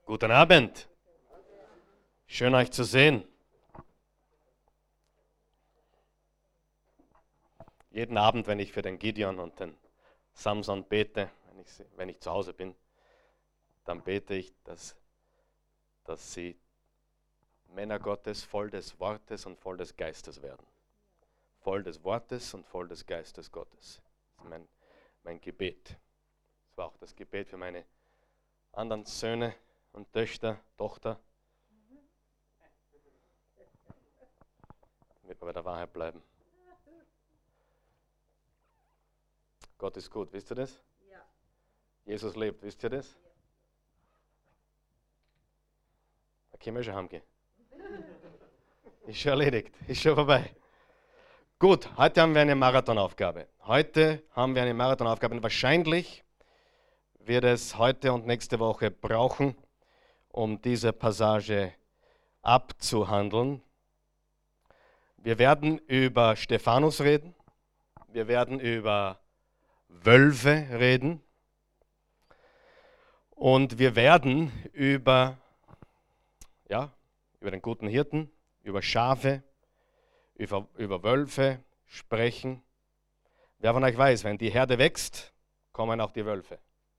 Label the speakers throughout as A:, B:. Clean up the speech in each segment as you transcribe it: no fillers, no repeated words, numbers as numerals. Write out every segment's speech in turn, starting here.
A: Guten Abend. Schön euch zu sehen. Jeden Abend, wenn ich für den Gideon und den Samson bete, wenn ich zu Hause bin, dann bete ich, dass sie Männer Gottes voll des Wortes und voll des Geistes werden. Voll des Wortes und voll des Geistes Gottes. Das ist mein Gebet. Das war auch das Gebet für meine anderen Söhne und Tochter. Damit wir bei der Wahrheit bleiben. Gott ist gut, wisst ihr das?
B: Ja.
A: Jesus lebt, wisst ihr das? Da können wir schon heimgehen. Ist schon erledigt, ist schon vorbei. Gut, heute haben wir eine Marathonaufgabe. Und wahrscheinlich wird es heute und nächste Woche brauchen, um diese Passage abzuhandeln. Wir werden über Stephanus reden. Wir werden über Wölfe reden. Und wir werden über den guten Hirten, über Schafe, über Wölfe sprechen. Wer von euch weiß, wenn die Herde wächst, kommen auch die Wölfe.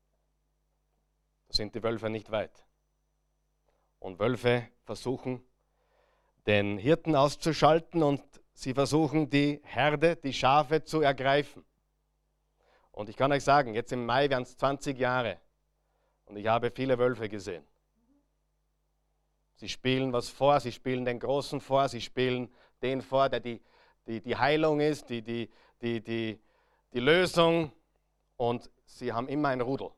A: Da sind die Wölfe nicht weit. Und Wölfe versuchen, den Hirten auszuschalten und sie versuchen, die Herde, die Schafe zu ergreifen. Und ich kann euch sagen, jetzt im Mai werden es 20 Jahre und ich habe viele Wölfe gesehen. Sie spielen was vor, sie spielen den Großen vor, sie spielen den vor, der die Heilung ist, die Lösung, und sie haben immer ein Rudel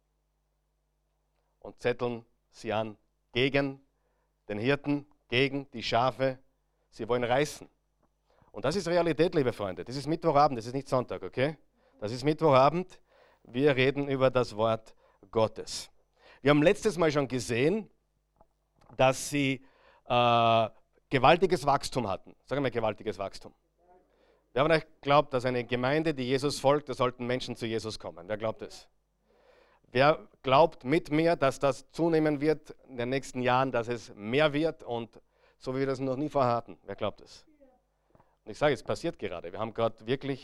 A: und zetteln sie an gegen den Hirten, gegen die Schafe. Sie wollen reißen. Und das ist Realität, liebe Freunde. Das ist Mittwochabend, das ist nicht Sonntag, okay? Das ist Mittwochabend. Wir reden über das Wort Gottes. Wir haben letztes Mal schon gesehen, dass sie gewaltiges Wachstum hatten. Sagen wir gewaltiges Wachstum. Wer von euch glaubt, dass eine Gemeinde, die Jesus folgt, da sollten Menschen zu Jesus kommen? Wer glaubt es? Wer glaubt mit mir, dass das zunehmen wird in den nächsten Jahren, dass es mehr wird und so wie wir das noch nie vorher hatten? Wer glaubt es? Und ich sage, es passiert gerade. Wir haben gerade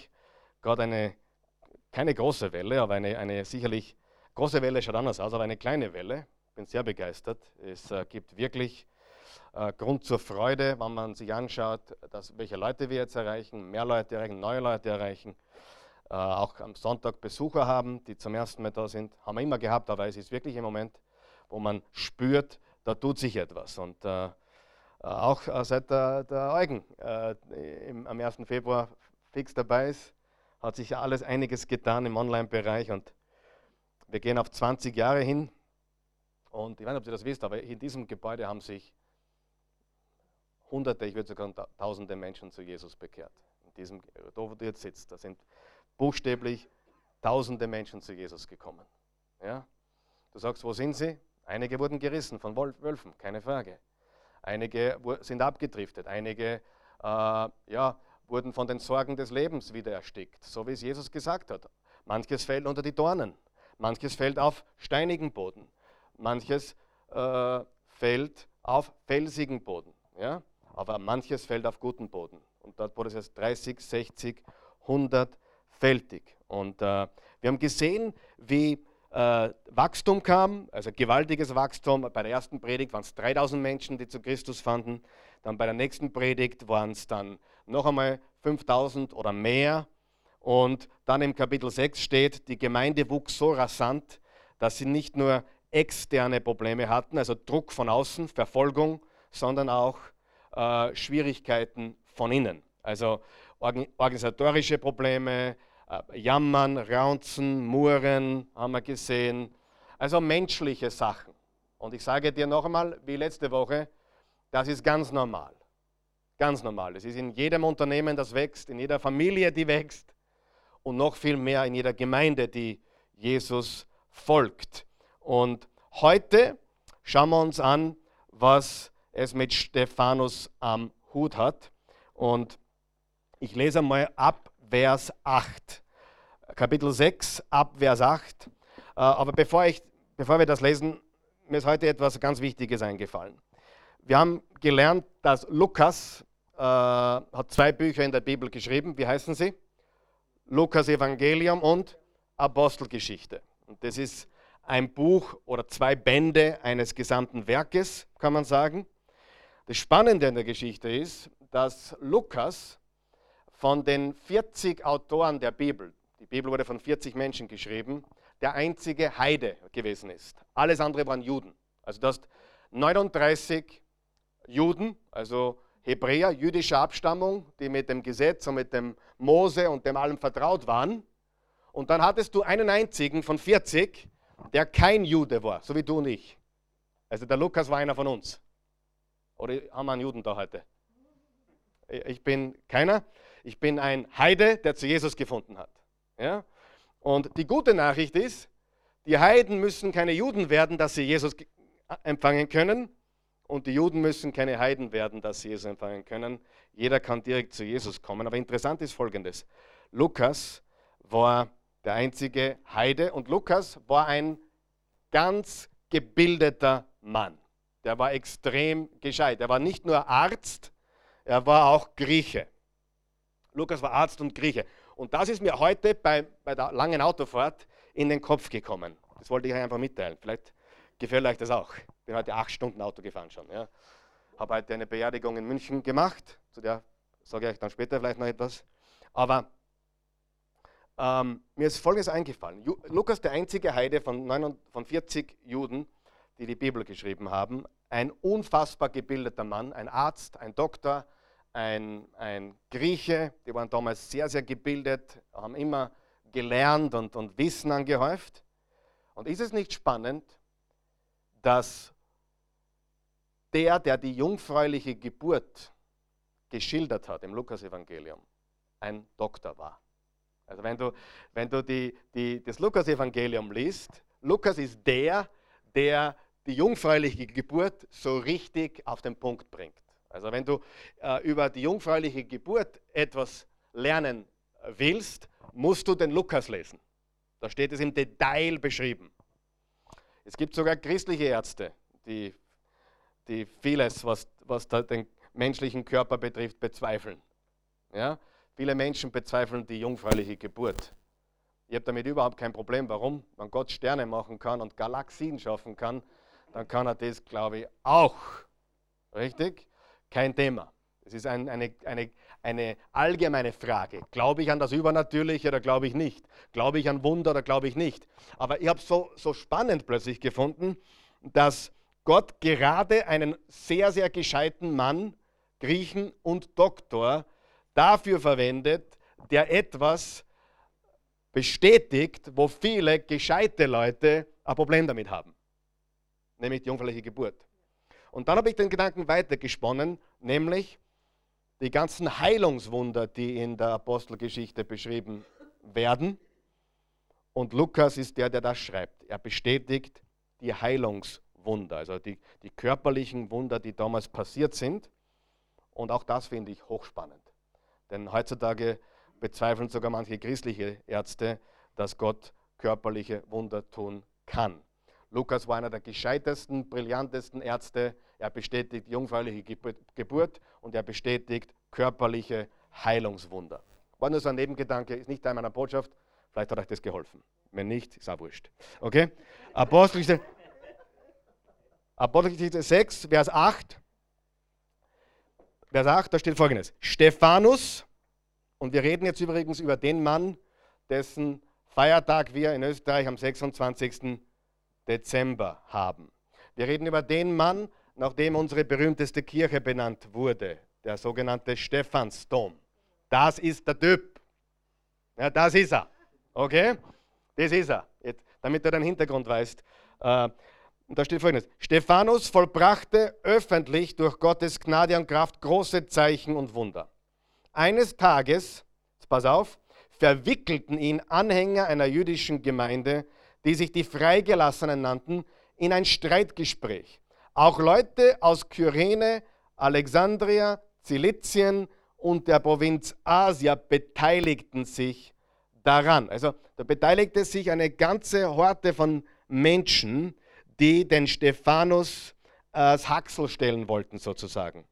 A: keine große Welle, aber eine sicherlich, große Welle schaut anders aus, aber eine kleine Welle. Ich bin sehr begeistert. Es gibt wirklich Grund zur Freude, wenn man sich anschaut, welche Leute wir jetzt erreichen, mehr Leute erreichen, neue Leute erreichen. Auch am Sonntag Besucher haben, die zum ersten Mal da sind. Haben wir immer gehabt, aber es ist wirklich ein Moment, wo man spürt, da tut sich etwas. Und auch seit der Eugen am 1. Februar fix dabei ist, hat sich einiges getan im Online-Bereich. Und wir gehen auf 20 Jahre hin. Und ich weiß nicht, ob ihr das wisst, aber in diesem Gebäude haben sich Hunderte, ich würde sogar Tausende Menschen zu Jesus bekehrt. Da, wo du jetzt sitzt, da sind buchstäblich Tausende Menschen zu Jesus gekommen. Ja? Du sagst, wo sind sie? Einige wurden gerissen von Wölfen, keine Frage. Einige sind abgedriftet, einige wurden von den Sorgen des Lebens wieder erstickt, so wie es Jesus gesagt hat. Manches fällt unter die Dornen, manches fällt auf steinigen Boden, manches fällt auf felsigen Boden, ja? Aber manches fällt auf guten Boden. Und dort wurde es 30, 60, 100-fältig. Und wir haben gesehen, wie Wachstum kam, also gewaltiges Wachstum. Bei der ersten Predigt waren es 3000 Menschen, die zu Christus fanden. Dann bei der nächsten Predigt waren es dann noch einmal 5000 oder mehr. Und dann im Kapitel 6 steht, die Gemeinde wuchs so rasant, dass sie nicht nur externe Probleme hatten, also Druck von außen, Verfolgung, sondern auch Schwierigkeiten von innen. Also organisatorische Probleme, Jammern, Raunzen, Murren haben wir gesehen. Also menschliche Sachen. Und ich sage dir noch einmal, wie letzte Woche, das ist ganz normal. Ganz normal. Es ist in jedem Unternehmen, das wächst, in jeder Familie, die wächst und noch viel mehr in jeder Gemeinde, die Jesus folgt. Und heute schauen wir uns an, was es mit Stephanus am Hut hat. Und ich lese mal ab Vers 8. Kapitel 6 ab Vers 8. Aber bevor wir das lesen, mir ist heute etwas ganz Wichtiges eingefallen. Wir haben gelernt, dass Lukas hat 2 Bücher in der Bibel geschrieben. Wie heißen sie? Lukas Evangelium und Apostelgeschichte. Und das ist ein Buch oder 2 Bände eines gesamten Werkes, kann man sagen. Das Spannende in der Geschichte ist, dass Lukas von den 40 Autoren der Bibel, die Bibel wurde von 40 Menschen geschrieben, der einzige Heide gewesen ist. Alles andere waren Juden. Also du hast 39 Juden, also Hebräer, jüdischer Abstammung, die mit dem Gesetz und mit dem Mose und dem allem vertraut waren. Und dann hattest du einen einzigen von 40, der kein Jude war, so wie du und ich. Also der Lukas war einer von uns. Oder haben wir einen Juden da heute? Ich bin keiner. Ich bin ein Heide, der zu Jesus gefunden hat. Ja? Und die gute Nachricht ist, die Heiden müssen keine Juden werden, dass sie Jesus empfangen können. Und die Juden müssen keine Heiden werden, dass sie Jesus empfangen können. Jeder kann direkt zu Jesus kommen. Aber interessant ist Folgendes. Lukas war der einzige Heide und Lukas war ein ganz gebildeter Mann. Der war extrem gescheit. Er war nicht nur Arzt, er war auch Grieche. Lukas war Arzt und Grieche. Und das ist mir heute bei der langen Autofahrt in den Kopf gekommen. Das wollte ich euch einfach mitteilen. Vielleicht gefällt euch das auch. Ich bin heute 8 Stunden Auto gefahren schon. Ja. Habe heute eine Beerdigung in München gemacht. Zu der sage ich euch dann später vielleicht noch etwas. Aber mir ist Folgendes eingefallen. Lukas, der einzige Heide von 40 Juden, die die Bibel geschrieben haben, ein unfassbar gebildeter Mann, ein Arzt, ein Doktor, ein Grieche, die waren damals sehr, sehr gebildet, haben immer gelernt und Wissen angehäuft. Und ist es nicht spannend, dass der die jungfräuliche Geburt geschildert hat im Lukas-Evangelium, ein Doktor war? Also wenn du das Lukas-Evangelium liest, Lukas ist der die jungfräuliche Geburt so richtig auf den Punkt bringt. Also wenn du über die jungfräuliche Geburt etwas lernen willst, musst du den Lukas lesen. Da steht es im Detail beschrieben. Es gibt sogar christliche Ärzte, die vieles, was den menschlichen Körper betrifft, bezweifeln. Ja? Viele Menschen bezweifeln die jungfräuliche Geburt. Ich habe damit überhaupt kein Problem. Warum? Wenn Gott Sterne machen kann und Galaxien schaffen kann, dann kann er das, glaube ich, auch. Richtig? Kein Thema. Es ist eine allgemeine Frage. Glaube ich an das Übernatürliche oder glaube ich nicht? Glaube ich an Wunder oder glaube ich nicht? Aber ich habe es so spannend plötzlich gefunden, dass Gott gerade einen sehr, sehr gescheiten Mann, Griechen und Doktor dafür verwendet, der etwas bestätigt, wo viele gescheite Leute ein Problem damit haben. Nämlich die jungfräuliche Geburt. Und dann habe ich den Gedanken weitergesponnen, nämlich die ganzen Heilungswunder, die in der Apostelgeschichte beschrieben werden. Und Lukas ist der das schreibt. Er bestätigt die Heilungswunder, also die körperlichen Wunder, die damals passiert sind. Und auch das finde ich hochspannend. Denn heutzutage bezweifeln sogar manche christliche Ärzte, dass Gott körperliche Wunder tun kann. Lukas war einer der gescheitesten, brillantesten Ärzte. Er bestätigt jungfräuliche Geburt und er bestätigt körperliche Heilungswunder. War nur so ein Nebengedanke, ist nicht Teil meiner Botschaft. Vielleicht hat euch das geholfen. Wenn nicht, ist auch wurscht. Okay? Apostelgeschichte 6, Vers 8. Vers 8, da steht Folgendes. Stephanus, und wir reden jetzt übrigens über den Mann, dessen Feiertag wir in Österreich am 26. Dezember haben. Wir reden über den Mann, nach dem unsere berühmteste Kirche benannt wurde, der sogenannte Stephansdom. Das ist der Typ. Ja, das ist er. Okay? Das ist er. Jetzt, damit du den Hintergrund weißt. Und da steht Folgendes. Stephanus vollbrachte öffentlich durch Gottes Gnade und Kraft große Zeichen und Wunder. Eines Tages, pass auf, verwickelten ihn Anhänger einer jüdischen Gemeinde, die sich die Freigelassenen nannten, in ein Streitgespräch. Auch Leute aus Kyrene, Alexandria, Zilizien und der Provinz Asia beteiligten sich daran. Also da beteiligte sich eine ganze Horte von Menschen, die den Stephanus das Hacksel stellen wollten sozusagen.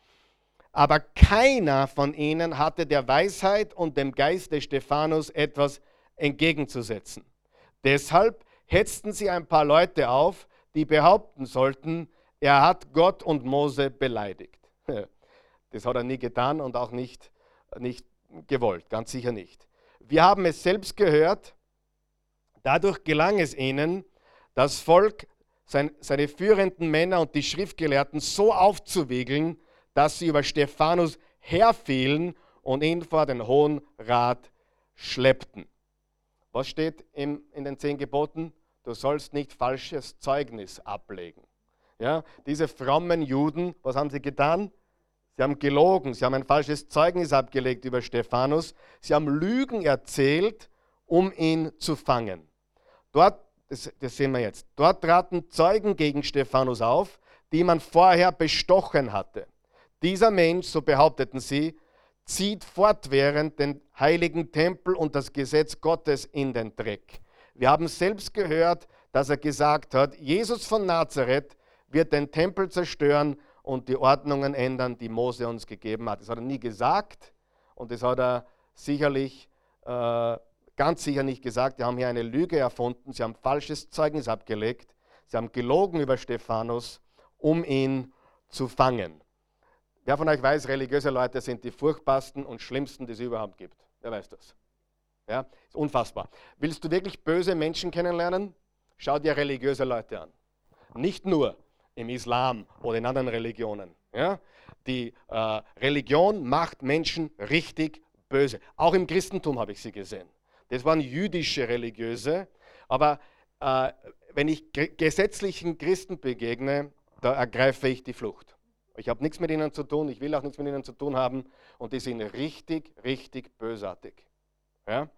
A: Aber keiner von ihnen hatte der Weisheit und dem Geist des Stephanus etwas entgegenzusetzen. Deshalb hetzten sie ein paar Leute auf, die behaupten sollten, er hat Gott und Mose beleidigt. Das hat er nie getan und auch nicht gewollt, ganz sicher nicht. Wir haben es selbst gehört, dadurch gelang es ihnen, das Volk, seine führenden Männer und die Schriftgelehrten so aufzuwiegeln, dass sie über Stephanus herfielen und ihn vor den Hohen Rat schleppten. Was steht in den 10 Geboten? Du sollst nicht falsches Zeugnis ablegen. Ja, diese frommen Juden, was haben sie getan? Sie haben gelogen, sie haben ein falsches Zeugnis abgelegt über Stephanus. Sie haben Lügen erzählt, um ihn zu fangen. Dort, das sehen wir jetzt, dort traten Zeugen gegen Stephanus auf, die man vorher bestochen hatte. Dieser Mensch, so behaupteten sie, zieht fortwährend den heiligen Tempel und das Gesetz Gottes in den Dreck. Wir haben selbst gehört, dass er gesagt hat, Jesus von Nazareth wird den Tempel zerstören und die Ordnungen ändern, die Mose uns gegeben hat. Das hat er nie gesagt und das hat er sicherlich, ganz sicher nicht gesagt. Die haben hier eine Lüge erfunden, sie haben falsches Zeugnis abgelegt, sie haben gelogen über Stephanus, um ihn zu fangen. Wer von euch weiß, religiöse Leute sind die furchtbarsten und schlimmsten, die es überhaupt gibt. Wer weiß das? Ja, ist unfassbar. Willst du wirklich böse Menschen kennenlernen? Schau dir religiöse Leute an. Nicht nur im Islam oder in anderen Religionen. Ja? Die Religion macht Menschen richtig böse. Auch im Christentum habe ich sie gesehen. Das waren jüdische Religiöse. Aber wenn ich gesetzlichen Christen begegne, da ergreife ich die Flucht. Ich habe nichts mit ihnen zu tun, ich will auch nichts mit ihnen zu tun haben und die sind richtig, richtig bösartig. Ja?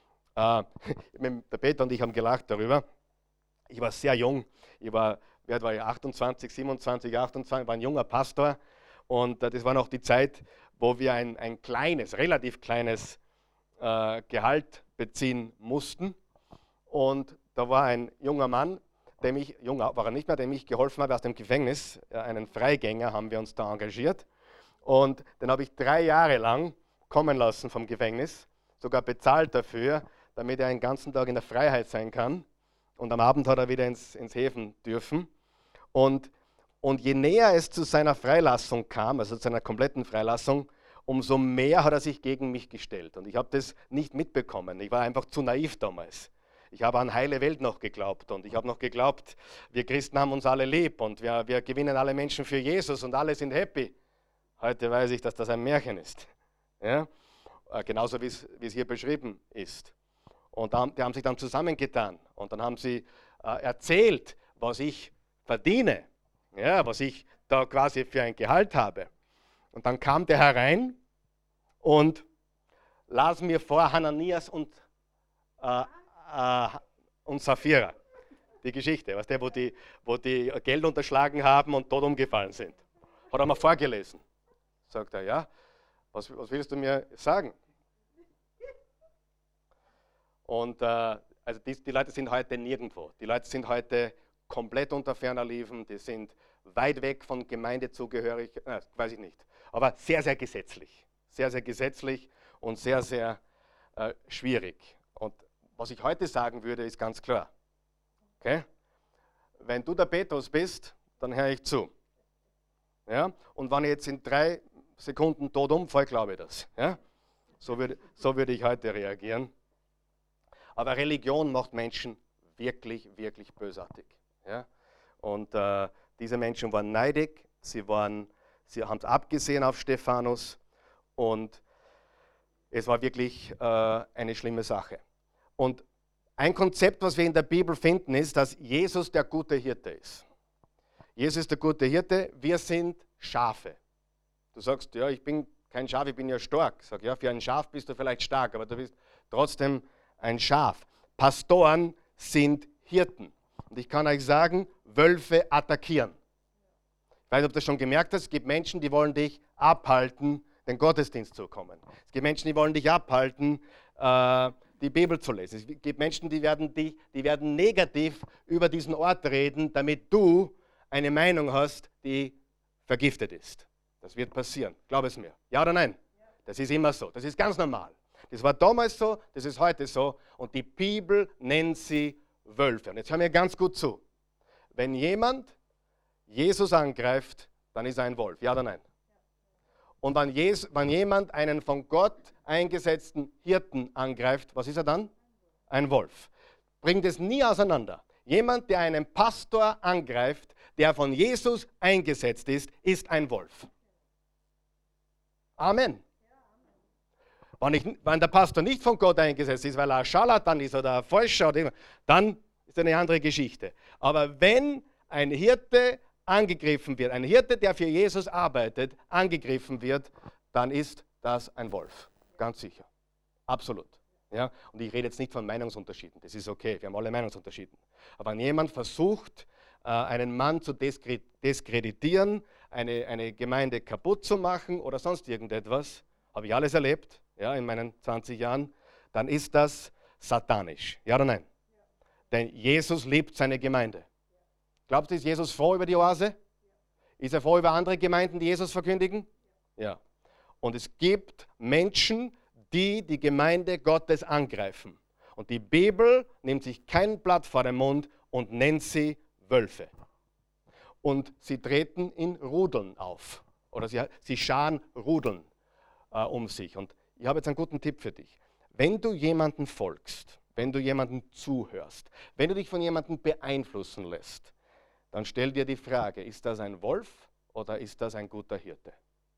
A: Der Peter und ich haben gelacht darüber. Ich war sehr jung, ich war 28, 27, 28, war ein junger Pastor und das war noch die Zeit, wo wir ein kleines, relativ kleines Gehalt beziehen mussten und da war ein junger Mann, jung war er nicht mehr, der mich geholfen hat aus dem Gefängnis, einen Freigänger haben wir uns da engagiert und den habe ich 3 Jahre lang kommen lassen vom Gefängnis, sogar bezahlt dafür, damit er einen ganzen Tag in der Freiheit sein kann und am Abend hat er wieder ins Häfen dürfen und je näher es zu seiner Freilassung kam, also zu seiner kompletten Freilassung, umso mehr hat er sich gegen mich gestellt und ich habe das nicht mitbekommen, ich war einfach zu naiv damals. Ich habe an heile Welt noch geglaubt und ich habe noch geglaubt, wir Christen haben uns alle lieb und wir gewinnen alle Menschen für Jesus und alle sind happy. Heute weiß ich, dass das ein Märchen ist. Ja? Genauso wie es hier beschrieben ist. Und die haben sich dann zusammengetan und dann haben sie erzählt, was ich verdiene, ja, was ich da quasi für ein Gehalt habe. Und dann kam der herein und las mir vor Hananias und Sapphira, die Geschichte, weißt du, wo die Geld unterschlagen haben und tot umgefallen sind. Hat er mir vorgelesen. Sagt er, ja, was willst du mir sagen? Und also die Leute sind heute nirgendwo. Die Leute sind heute komplett unter ferner Liefen, die sind weit weg von Gemeindezugehörig, weiß ich nicht. Aber sehr, sehr gesetzlich. Sehr, sehr gesetzlich und sehr, sehr schwierig. Und was ich heute sagen würde, ist ganz klar. Okay? Wenn du der Petrus bist, dann höre ich zu. Ja? Und wenn ich jetzt in 3 Sekunden tot umfalle, glaube ich das. Ja? So würde ich heute reagieren. Aber Religion macht Menschen wirklich, wirklich bösartig. Ja? Und diese Menschen waren neidig, sie haben es abgesehen auf Stephanus und es war wirklich eine schlimme Sache. Und ein Konzept, was wir in der Bibel finden, ist, dass Jesus der gute Hirte ist. Jesus ist der gute Hirte, wir sind Schafe. Du sagst, ja, ich bin kein Schaf, ich bin ja stark. Sag, ja, für ein Schaf bist du vielleicht stark, aber du bist trotzdem ein Schaf. Pastoren sind Hirten. Und ich kann euch sagen, Wölfe attackieren. Ich weiß nicht, ob du das schon gemerkt hast, es gibt Menschen, die wollen dich abhalten, den Gottesdienst zu kommen. Es gibt Menschen, die wollen dich abhalten, die Bibel zu lesen. Es gibt Menschen, die werden negativ über diesen Ort reden, damit du eine Meinung hast, die vergiftet ist. Das wird passieren. Glaub es mir. Ja oder nein? Das ist immer so. Das ist ganz normal. Das war damals so, das ist heute so. Und die Bibel nennt sie Wölfe. Und jetzt hör mir ganz gut zu. Wenn jemand Jesus angreift, dann ist er ein Wolf. Ja oder nein? Und wenn jemand einen von Gott eingesetzten Hirten angreift, was ist er dann? Ein Wolf. Bringt es nie auseinander. Jemand, der einen Pastor angreift, der von Jesus eingesetzt ist ein Wolf. Amen. Wenn der Pastor nicht von Gott eingesetzt ist, weil er ein Scharlatan ist oder ein Falscher, oder dann ist eine andere Geschichte. Aber wenn ein Hirte angegriffen wird, ein Hirte, der für Jesus arbeitet, angegriffen wird, dann ist das ein Wolf. Ganz sicher. Absolut. Ja? Und ich rede jetzt nicht von Meinungsunterschieden. Das ist okay, wir haben alle Meinungsunterschiede. Aber wenn jemand versucht, einen Mann zu diskreditieren, eine Gemeinde kaputt zu machen oder sonst irgendetwas, habe ich alles erlebt, ja, in meinen 20 Jahren, dann ist das satanisch. Ja oder nein? Denn Jesus liebt seine Gemeinde. Glaubst du, ist Jesus froh über die Oase? Ist er froh über andere Gemeinden, die Jesus verkündigen? Ja. Und es gibt Menschen, die die Gemeinde Gottes angreifen. Und die Bibel nimmt sich kein Blatt vor den Mund und nennt sie Wölfe. Und sie treten in Rudeln auf. Oder sie scharen Rudeln um sich. Und ich habe jetzt einen guten Tipp für dich. Wenn du jemanden folgst, wenn du jemanden zuhörst, wenn du dich von jemandem beeinflussen lässt, dann stell dir die Frage, ist das ein Wolf oder ist das ein guter Hirte?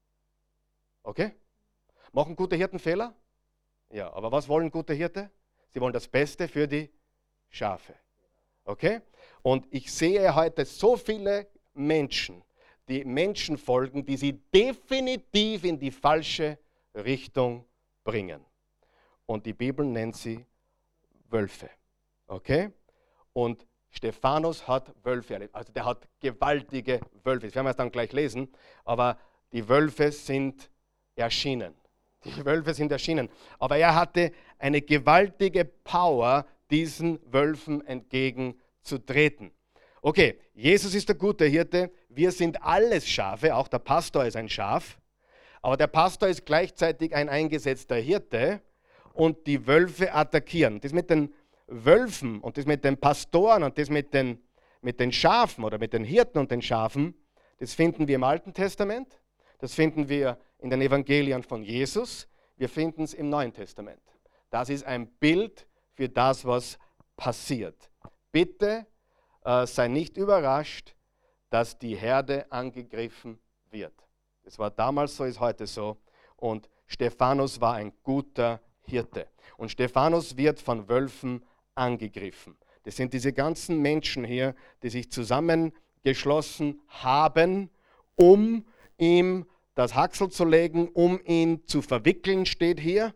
A: Okay? Machen gute Hirten Fehler? Ja, aber was wollen gute Hirte? Sie wollen das Beste für die Schafe. Okay? Und ich sehe heute so viele Menschen, die Menschen folgen, die sie definitiv in die falsche Richtung bringen. Und die Bibel nennt sie Wölfe. Okay? Und Stephanus hat Wölfe erlebt. Also der hat gewaltige Wölfe. Das werden wir es dann gleich lesen. Aber die Wölfe sind erschienen. Die Wölfe sind erschienen. Aber er hatte eine gewaltige Power, diesen Wölfen entgegenzutreten. Okay, Jesus ist der gute Hirte. Wir sind alles Schafe. Auch der Pastor ist ein Schaf. Aber der Pastor ist gleichzeitig ein eingesetzter Hirte. Und die Wölfe attackieren. Das mit den Wölfen und das mit den Pastoren und das mit den Schafen oder mit den Hirten und den Schafen, das finden wir im Alten Testament, das finden wir in den Evangelien von Jesus, wir finden es im Neuen Testament. Das ist ein Bild für das, was passiert. Bitte sei nicht überrascht, dass die Herde angegriffen wird. Das war damals so, ist heute so. Und Stephanus war ein guter Hirte. Und Stephanus wird von Wölfen angegriffen. Das sind diese ganzen Menschen hier, die sich zusammengeschlossen haben, um ihm das Hacksel zu legen, um ihn zu verwickeln, steht hier,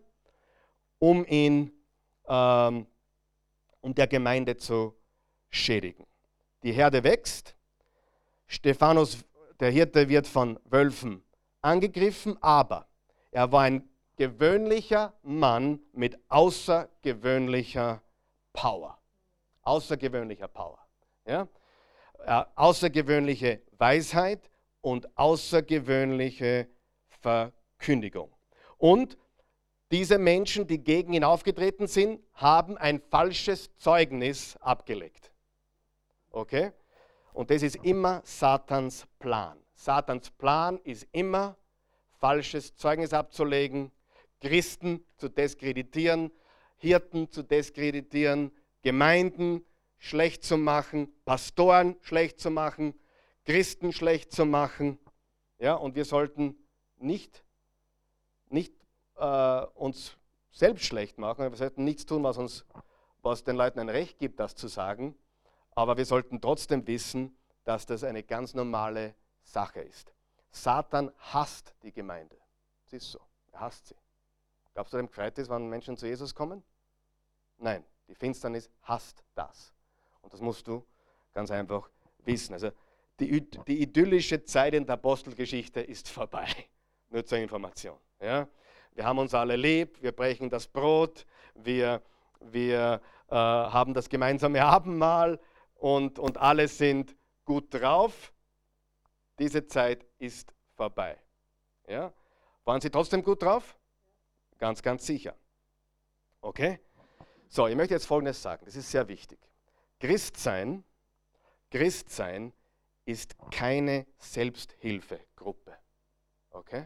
A: um ihn, um der Gemeinde zu schädigen. Die Herde wächst. Stephanus, der Hirte, wird von Wölfen angegriffen, aber er war ein gewöhnlicher Mann mit außergewöhnlicher Power. Außergewöhnlicher Power. Ja? Außergewöhnliche Weisheit und außergewöhnliche Verkündigung. Und diese Menschen, die gegen ihn aufgetreten sind, haben ein falsches Zeugnis abgelegt. Okay? Und das ist immer Satans Plan. Satans Plan ist immer, falsches Zeugnis abzulegen, Christen zu diskreditieren, Hirten zu diskreditieren, Gemeinden schlecht zu machen, Pastoren schlecht zu machen, Christen schlecht zu machen. Ja, und wir sollten nicht uns selbst schlecht machen, wir sollten nichts tun, was den Leuten ein Recht gibt, das zu sagen, aber wir sollten trotzdem wissen, dass das eine ganz normale Sache ist. Satan hasst die Gemeinde. Das ist so, er hasst sie. Glaubst du, dem gefreut ist, wenn Menschen zu Jesus kommen? Nein, die Finsternis hasst das. Und das musst du ganz einfach wissen. Also die idyllische Zeit in der Apostelgeschichte ist vorbei. Nur zur Information. Ja? Wir haben uns alle lieb, wir brechen das Brot, wir wir haben das gemeinsame Abendmahl und alle sind gut drauf. Diese Zeit ist vorbei. Ja? Waren Sie trotzdem gut drauf? Ganz, ganz sicher. Okay? So, ich möchte jetzt Folgendes sagen, das ist sehr wichtig. Christsein ist keine Selbsthilfegruppe. Okay?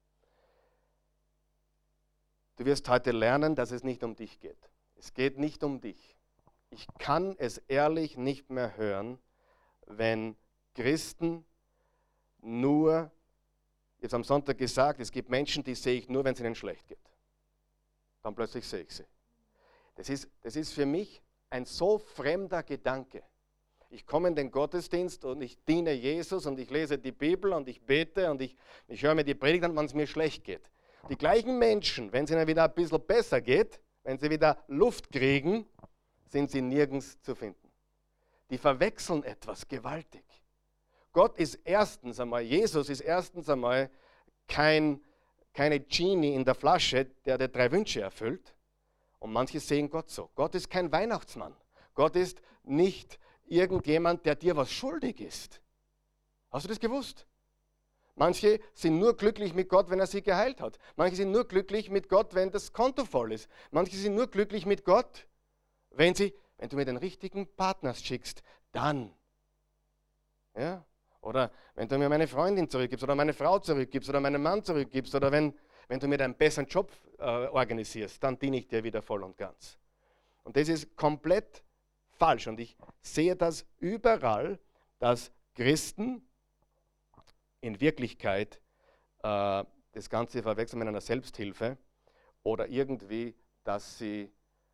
A: Du wirst heute lernen, dass es nicht um dich geht. Es geht nicht um dich. Ich kann es ehrlich nicht mehr hören, wenn Christen nur, jetzt am Sonntag gesagt, es gibt Menschen, die sehe ich nur, wenn es ihnen schlecht geht. Dann plötzlich sehe ich sie. Das ist für mich ein so fremder Gedanke. Ich komme in den Gottesdienst und ich diene Jesus und ich lese die Bibel und ich bete und ich höre mir die Predigt an, wenn es mir schlecht geht. Die gleichen Menschen, wenn es ihnen wieder ein bisschen besser geht, wenn sie wieder Luft kriegen, sind sie nirgends zu finden. Die verwechseln etwas gewaltig. Gott ist erstens einmal, Jesus ist erstens einmal keine Genie in der Flasche, der dir 3 Wünsche erfüllt. Und manche sehen Gott so. Gott ist kein Weihnachtsmann. Gott ist nicht irgendjemand, der dir was schuldig ist. Hast du das gewusst? Manche sind nur glücklich mit Gott, wenn er sie geheilt hat. Manche sind nur glücklich mit Gott, wenn das Konto voll ist. Manche sind nur glücklich mit Gott, wenn du mir den richtigen Partner schickst, dann. Ja? Oder wenn du mir meine Freundin zurückgibst oder meine Frau zurückgibst oder meinen Mann zurückgibst oder wenn du mir einen besseren Job organisierst, dann diene ich dir wieder voll und ganz. Und das ist komplett falsch. Und ich sehe das überall, dass Christen in Wirklichkeit das Ganze verwechseln mit einer Selbsthilfe oder irgendwie, dass sie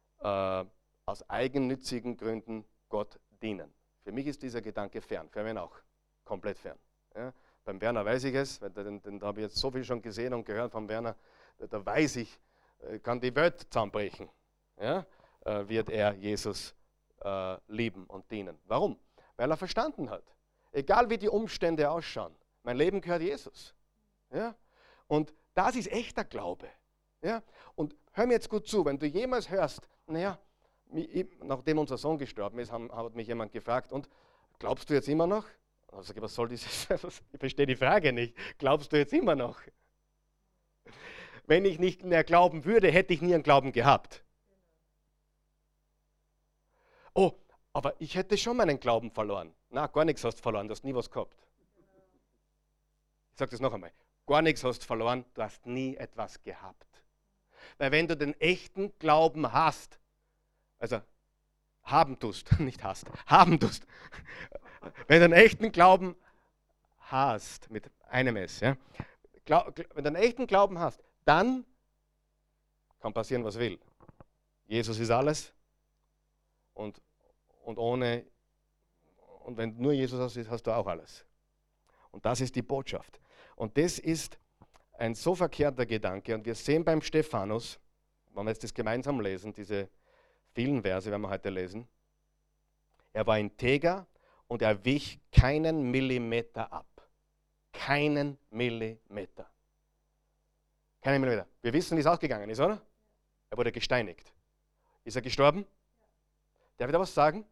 A: aus eigennützigen Gründen Gott dienen. Für mich ist dieser Gedanke fern, für mich auch komplett fern. Ja? Beim Werner weiß ich es, weil den habe ich jetzt so viel schon gesehen und gehört von Werner, da weiß ich, kann die Welt zusammenbrechen. Ja? Wird er Jesus lieben und dienen. Warum? Weil er verstanden hat. Egal wie die Umstände ausschauen, mein Leben gehört Jesus. Ja? Und das ist echter Glaube. Ja? Und hör mir jetzt gut zu, wenn du jemals hörst, naja, nachdem unser Sohn gestorben ist, hat mich jemand gefragt, und glaubst du jetzt immer noch? Und ich sage, was soll dieses? Ich verstehe die Frage nicht. Glaubst du jetzt immer noch? Wenn ich nicht mehr glauben würde, hätte ich nie einen Glauben gehabt. Oh, aber ich hätte schon meinen Glauben verloren. Na, gar nichts hast verloren, du hast nie was gehabt. Ich sage das noch einmal. Gar nichts hast verloren, du hast nie etwas gehabt. Weil wenn du den echten Glauben hast, also haben tust, nicht hast, haben tust. Wenn du einen echten Glauben hast, mit einem S, ja, wenn du einen echten Glauben hast, dann kann passieren, was will. Jesus ist alles und ohne, und wenn nur Jesus hast, hast du auch alles. Und das ist die Botschaft. Und das ist ein so verkehrter Gedanke. Und wir sehen beim Stephanus, wenn wir jetzt das gemeinsam lesen, diese vielen Verse werden wir heute lesen, er war integer und er wich keinen Millimeter ab. Keinen Millimeter. Keinen Millimeter. Wir wissen, wie es ausgegangen ist, oder? Er wurde gesteinigt. Ist er gestorben? Darf ich da was sagen?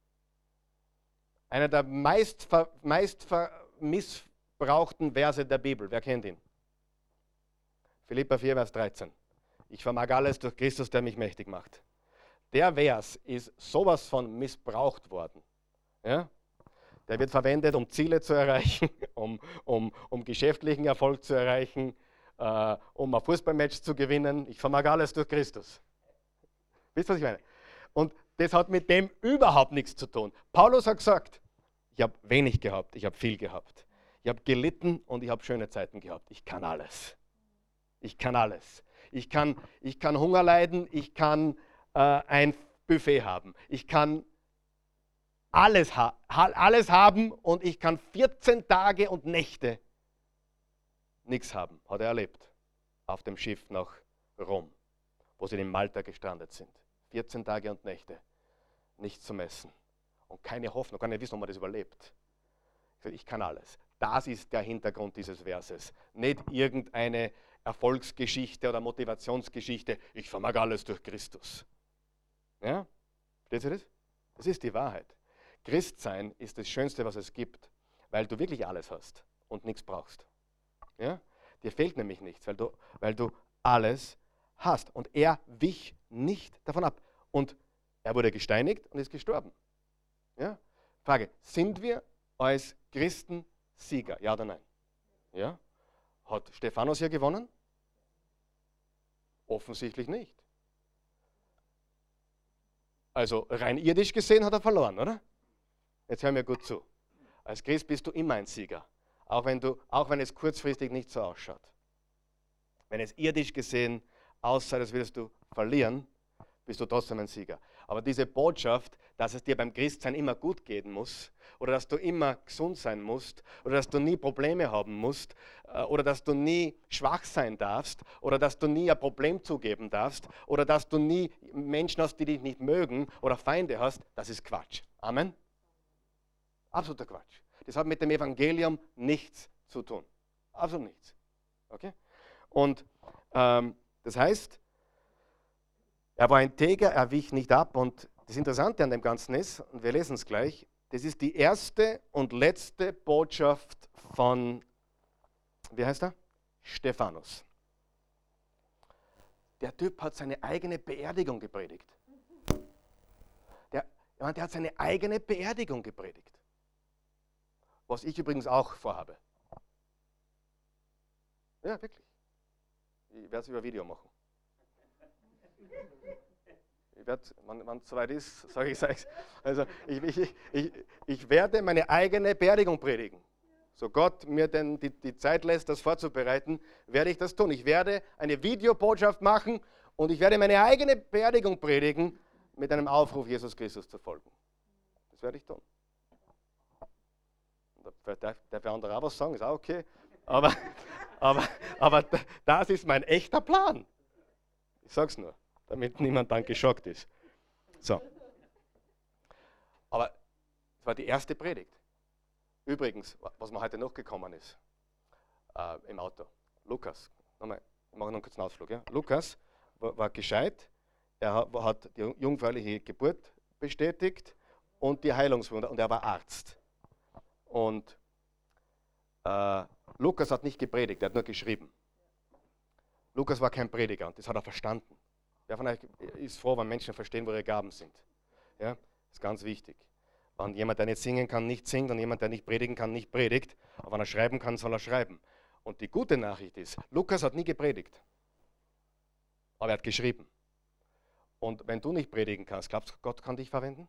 A: Einer der meist missbrauchten Verse der Bibel. Wer kennt ihn? Philipper 4, Vers 13. Ich vermag alles durch Christus, der mich mächtig macht. Der Vers ist sowas von missbraucht worden. Ja? Der wird verwendet, um Ziele zu erreichen, um geschäftlichen Erfolg zu erreichen, um ein Fußballmatch zu gewinnen. Ich vermag alles durch Christus. Wisst ihr, was ich meine? Und das hat mit dem überhaupt nichts zu tun. Paulus hat gesagt, ich habe wenig gehabt, ich habe viel gehabt. Ich habe gelitten und ich habe schöne Zeiten gehabt. Ich kann alles. Ich kann alles. Ich kann Hunger leiden, ich kann ein Buffet haben. Ich kann alles haben und ich kann 14 Tage und Nächte nichts haben. Hat er erlebt. Auf dem Schiff nach Rom, wo sie in Malta gestrandet sind. 14 Tage und Nächte. Nichts zum Essen. Und keine Hoffnung, kann nicht wissen, ob man das überlebt. Ich kann alles. Das ist der Hintergrund dieses Verses. Nicht irgendeine Erfolgsgeschichte oder Motivationsgeschichte. Ich vermag alles durch Christus. Ja? Versteht ihr das? Das ist die Wahrheit. Christsein ist das Schönste, was es gibt, weil du wirklich alles hast und nichts brauchst. Ja? Dir fehlt nämlich nichts, weil du alles hast. Und er wich nicht davon ab. Und er wurde gesteinigt und ist gestorben. Ja? Frage, sind wir als Christen Sieger? Ja oder nein? Ja? Hat Stephanus hier gewonnen? Offensichtlich nicht. Also rein irdisch gesehen hat er verloren, oder? Jetzt hör mir gut zu. Als Christ bist du immer ein Sieger, auch wenn es kurzfristig nicht so ausschaut. Wenn es irdisch gesehen aussieht, als würdest du verlieren, bist du trotzdem ein Sieger. Aber diese Botschaft, dass es dir beim Christsein immer gut gehen muss, oder dass du immer gesund sein musst, oder dass du nie Probleme haben musst, oder dass du nie schwach sein darfst, oder dass du nie ein Problem zugeben darfst, oder dass du nie Menschen hast, die dich nicht mögen, oder Feinde hast, das ist Quatsch. Amen? Absoluter Quatsch. Das hat mit dem Evangelium nichts zu tun. Absolut nichts. Okay? Und das heißt, er war integer, er wich nicht ab. Und das Interessante an dem Ganzen ist, und wir lesen es gleich, das ist die erste und letzte Botschaft von, wie heißt er? Stephanus. Der Typ hat seine eigene Beerdigung gepredigt. Der hat seine eigene Beerdigung gepredigt. Was ich übrigens auch vorhabe. Ja, wirklich. Ich werde es über Video machen. Ich werde, wenn es soweit ist, sage ich es. Also ich werde meine eigene Beerdigung predigen. So Gott mir denn die Zeit lässt, das vorzubereiten, werde ich das tun. Ich werde eine Videobotschaft machen und ich werde meine eigene Beerdigung predigen mit einem Aufruf, Jesus Christus zu folgen. Das werde ich tun. Darf der andere auch was sagen, ist auch okay. Aber das ist mein echter Plan. Ich sage es nur, damit niemand dann geschockt ist. So. Aber es war die erste Predigt. Übrigens, was mir heute noch gekommen ist, im Auto. Lukas, nochmal, wir machen noch einen kurzen Ausflug. Ja? Lukas war gescheit, er hat die jungfräuliche Geburt bestätigt und die Heilungswunder und er war Arzt. Und Lukas hat nicht gepredigt, er hat nur geschrieben. Lukas war kein Prediger und das hat er verstanden. Wer von euch ist froh, wenn Menschen verstehen, wo ihre Gaben sind? Ja, das ist ganz wichtig. Wenn jemand, der nicht singen kann, nicht singt und jemand, der nicht predigen kann, nicht predigt, aber wenn er schreiben kann, soll er schreiben. Und die gute Nachricht ist, Lukas hat nie gepredigt, aber er hat geschrieben. Und wenn du nicht predigen kannst, glaubst du, Gott kann dich verwenden?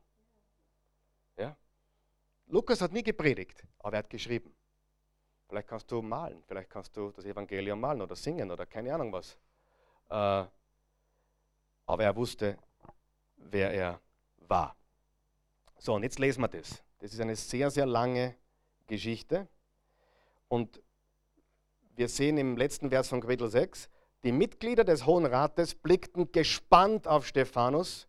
A: Ja? Lukas hat nie gepredigt, aber er hat geschrieben. Vielleicht kannst du malen, vielleicht kannst du das Evangelium malen oder singen oder keine Ahnung was. Aber er wusste, wer er war. So, und jetzt lesen wir das. Das ist eine sehr, sehr lange Geschichte. Und wir sehen im letzten Vers von Kapitel 6, die Mitglieder des Hohen Rates blickten gespannt auf Stephanus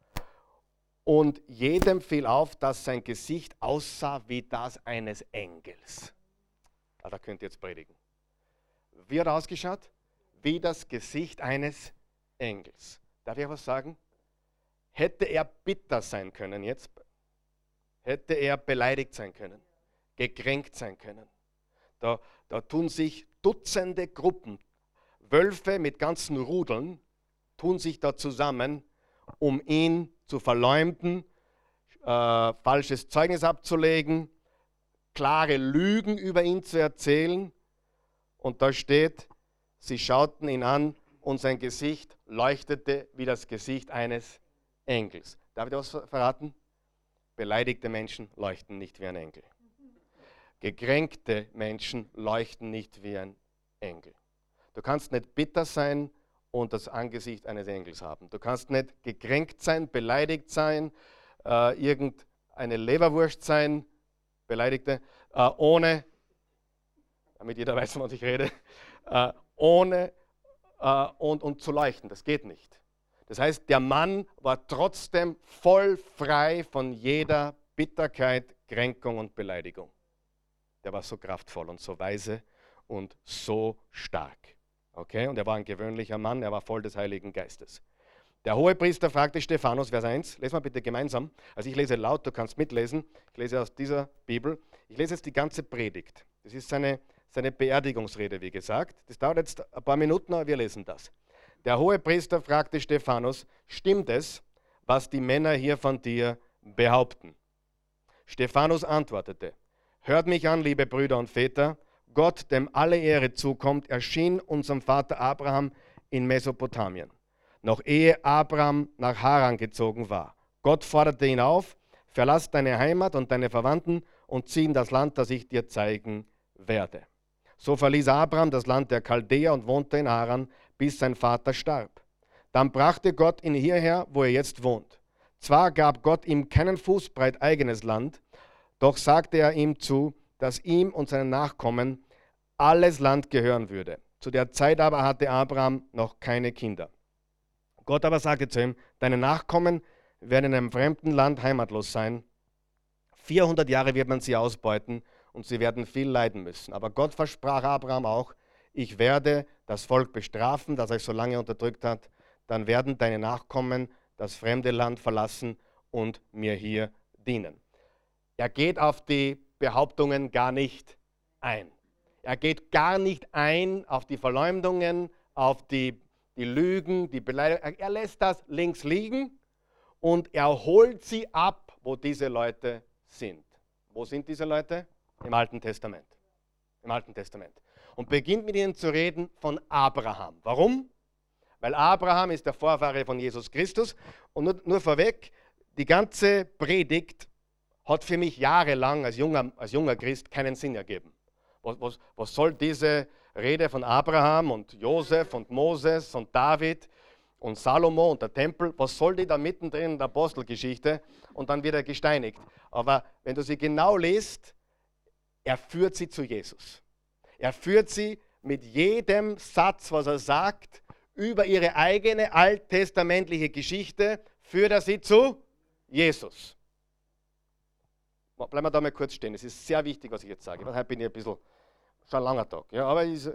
A: und jedem fiel auf, dass sein Gesicht aussah wie das eines Engels. Da könnt ihr jetzt predigen. Wie hat er ausgeschaut? Wie das Gesicht eines Engels. Darf ich was sagen? Hätte er bitter sein können jetzt? Hätte er beleidigt sein können? Gekränkt sein können? Da tun sich Dutzende Gruppen, Wölfe mit ganzen Rudeln, tun sich da zusammen, um ihn zu verleumden, falsches Zeugnis abzulegen, klare Lügen über ihn zu erzählen. Und da steht, sie schauten ihn an und sein Gesicht leuchtete wie das Gesicht eines Engels. Darf ich das verraten? Beleidigte Menschen leuchten nicht wie ein Engel. Gekränkte Menschen leuchten nicht wie ein Engel. Du kannst nicht bitter sein und das Angesicht eines Engels haben. Du kannst nicht gekränkt sein, beleidigt sein, irgendeine Leberwurst sein, Beleidigte, ohne, damit jeder weiß, wovon ich rede, ohne und zu leuchten. Das geht nicht. Das heißt, der Mann war trotzdem voll frei von jeder Bitterkeit, Kränkung und Beleidigung. Der war so kraftvoll und so weise und so stark. Okay? Und er war ein gewöhnlicher Mann, er war voll des Heiligen Geistes. Der Hohepriester fragte Stephanus, Vers 1, lesen wir bitte gemeinsam. Also ich lese laut, du kannst mitlesen. Ich lese aus dieser Bibel. Ich lese jetzt die ganze Predigt. Das ist seine Beerdigungsrede, wie gesagt. Das dauert jetzt ein paar Minuten, aber wir lesen das. Der Hohepriester fragte Stephanus, stimmt es, was die Männer hier von dir behaupten? Stephanus antwortete, hört mich an, liebe Brüder und Väter, Gott, dem alle Ehre zukommt, erschien unserem Vater Abraham in Mesopotamien, noch ehe Abraham nach Haran gezogen war. Gott forderte ihn auf, verlass deine Heimat und deine Verwandten und zieh in das Land, das ich dir zeigen werde. So verließ Abraham das Land der Chaldäer und wohnte in Haran, bis sein Vater starb. Dann brachte Gott ihn hierher, wo er jetzt wohnt. Zwar gab Gott ihm keinen Fußbreit eigenes Land, doch sagte er ihm zu, dass ihm und seinen Nachkommen alles Land gehören würde. Zu der Zeit aber hatte Abraham noch keine Kinder. Gott aber sagte zu ihm, deine Nachkommen werden in einem fremden Land heimatlos sein. 400 Jahre wird man sie ausbeuten und sie werden viel leiden müssen. Aber Gott versprach Abraham auch, ich werde das Volk bestrafen, das euch so lange unterdrückt hat. Dann werden deine Nachkommen das fremde Land verlassen und mir hier dienen. Er geht auf die Behauptungen gar nicht ein. Er geht gar nicht ein auf die Verleumdungen, auf die Lügen, die Beleidigungen. Er lässt das links liegen und er holt sie ab, wo diese Leute sind. Wo sind diese Leute? Im Alten Testament. Im Alten Testament. Und beginnt mit ihnen zu reden von Abraham. Warum? Weil Abraham ist der Vorfahre von Jesus Christus. Und nur vorweg, die ganze Predigt hat für mich jahrelang als junger Christ keinen Sinn ergeben. Was soll diese Rede von Abraham und Josef und Moses und David und Salomo und der Tempel, was soll die da mittendrin in der Apostelgeschichte und dann wird er gesteinigt. Aber wenn du sie genau liest, er führt sie zu Jesus. Er führt sie mit jedem Satz, was er sagt, über ihre eigene alttestamentliche Geschichte, führt er sie zu Jesus. Bleiben wir da mal kurz stehen. Es ist sehr wichtig, was ich jetzt sage. Heute bin ich ein bisschen, schon ein langer Tag. Ja, aber seid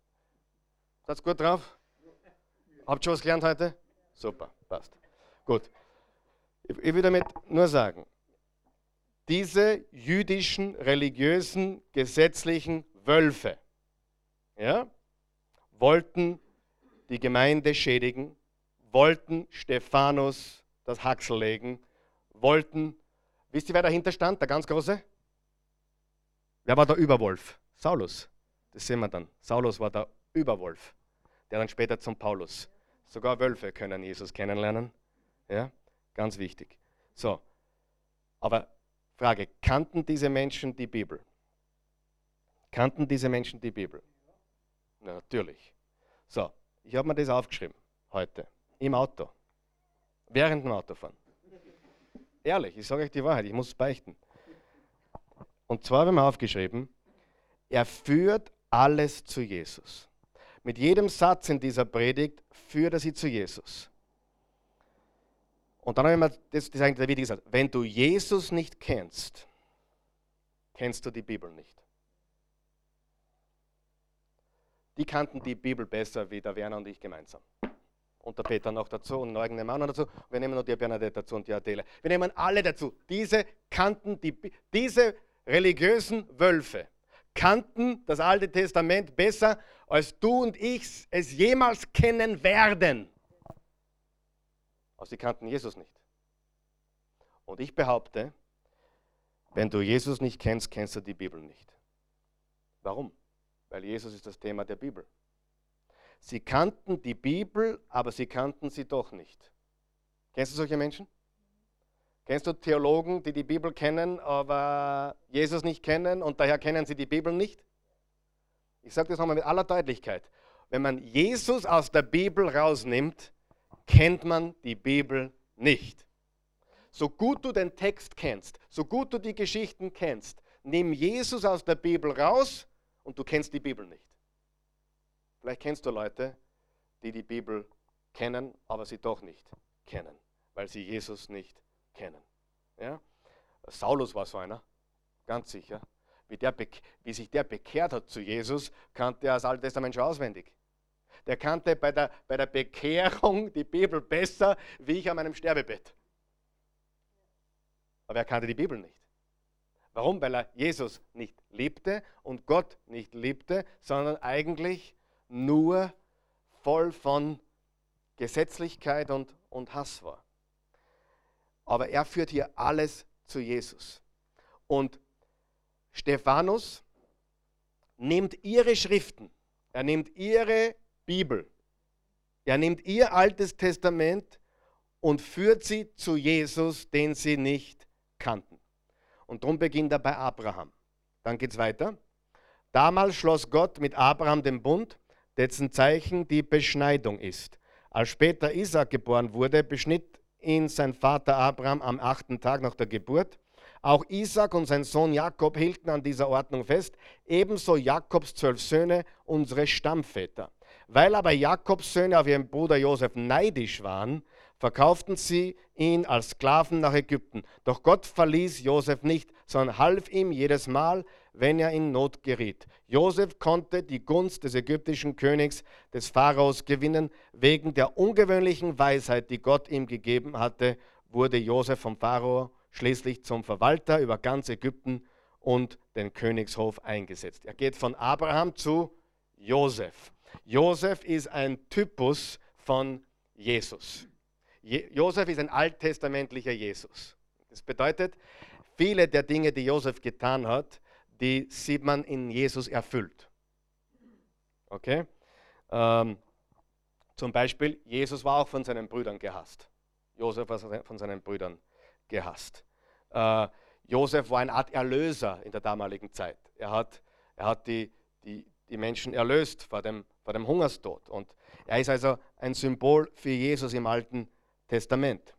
A: ihr gut drauf? Habt ihr schon was gelernt heute? Super, passt. Gut. Ich will damit nur sagen, diese jüdischen, religiösen, gesetzlichen Wölfe, ja, wollten die Gemeinde schädigen, wollten Stephanus das Hacksel legen, wollten, wisst ihr, wer dahinter stand, der ganz Große? Wer war der Überwolf? Saulus. Das sehen wir dann. Saulus war der Überwolf, der dann später zum Paulus. Sogar Wölfe können Jesus kennenlernen. Ja, ganz wichtig. So, aber Frage, kannten diese Menschen die Bibel? Kannten diese Menschen die Bibel? Na, natürlich. So, ich habe mir das aufgeschrieben heute, im Auto, während dem Autofahren. Ehrlich, ich sage euch die Wahrheit, ich muss es beichten. Und zwar haben wir aufgeschrieben, er führt alles zu Jesus. Mit jedem Satz in dieser Predigt führt er sie zu Jesus. Und dann habe ich mir das ist eigentlich der wichtige Satz. Wenn du Jesus nicht kennst, kennst du die Bibel nicht. Die kannten die Bibel besser wie der Werner und ich gemeinsam. Und der Peter noch dazu und noch irgendein Mann dazu. Wir nehmen noch die Bernadette dazu und die Adele. Wir nehmen alle dazu. Diese kannten diese religiösen Wölfe kannten das Alte Testament besser, als du und ich es jemals kennen werden. Aber sie kannten Jesus nicht. Und ich behaupte, wenn du Jesus nicht kennst, kennst du die Bibel nicht. Warum? Weil Jesus ist das Thema der Bibel. Sie kannten die Bibel, aber sie kannten sie doch nicht. Kennst du solche Menschen? Kennst du Theologen, die die Bibel kennen, aber Jesus nicht kennen und daher kennen sie die Bibel nicht? Ich sage das nochmal mit aller Deutlichkeit. Wenn man Jesus aus der Bibel rausnimmt, kennt man die Bibel nicht. So gut du den Text kennst, so gut du die Geschichten kennst, nimm Jesus aus der Bibel raus und du kennst die Bibel nicht. Vielleicht kennst du Leute, die die Bibel kennen, aber sie doch nicht kennen, weil sie Jesus nicht kennen. Ja? Saulus war so einer, ganz sicher. Wie sich der bekehrt hat zu Jesus, kannte er das Alte Testament schon auswendig. der kannte bei der Bekehrung die Bibel besser, wie ich an meinem Sterbebett. Aber er kannte die Bibel nicht. Warum? Weil er Jesus nicht liebte und Gott nicht liebte, sondern eigentlich nur voll von Gesetzlichkeit und Hass war. Aber er führt hier alles zu Jesus. Und Stephanus nimmt ihre Schriften, er nimmt ihre Bibel, er nimmt ihr Altes Testament und führt sie zu Jesus, den sie nicht kannten. Und darum beginnt er bei Abraham. Dann geht es weiter. Damals schloss Gott mit Abraham den Bund, dessen Zeichen die Beschneidung ist. Als später Isaak geboren wurde, beschnitt ihn sein Vater Abraham am 8. Tag nach der Geburt. Auch Isaak und sein Sohn Jakob hielten an dieser Ordnung fest, ebenso Jakobs 12 Söhne, unsere Stammväter. Weil aber Jakobs Söhne auf ihren Bruder Josef neidisch waren, verkauften sie ihn als Sklaven nach Ägypten. Doch Gott verließ Josef nicht, sondern half ihm jedes Mal, wenn er in Not geriet. Josef konnte die Gunst des ägyptischen Königs, des Pharaos, gewinnen. Wegen der ungewöhnlichen Weisheit, die Gott ihm gegeben hatte, wurde Josef vom Pharao schließlich zum Verwalter über ganz Ägypten und den Königshof eingesetzt. Er geht von Abraham zu Josef. Josef ist ein Typus von Jesus. Josef ist ein alttestamentlicher Jesus. Das bedeutet, viele der Dinge, die Josef getan hat, die sieht man in Jesus erfüllt. Okay? Zum Beispiel, Jesus war auch von seinen Brüdern gehasst. Josef war von seinen Brüdern gehasst. Josef war eine Art Erlöser in der damaligen Zeit. Er hat die Menschen erlöst vor dem Hungerstod. Und er ist also ein Symbol für Jesus im Alten Testament.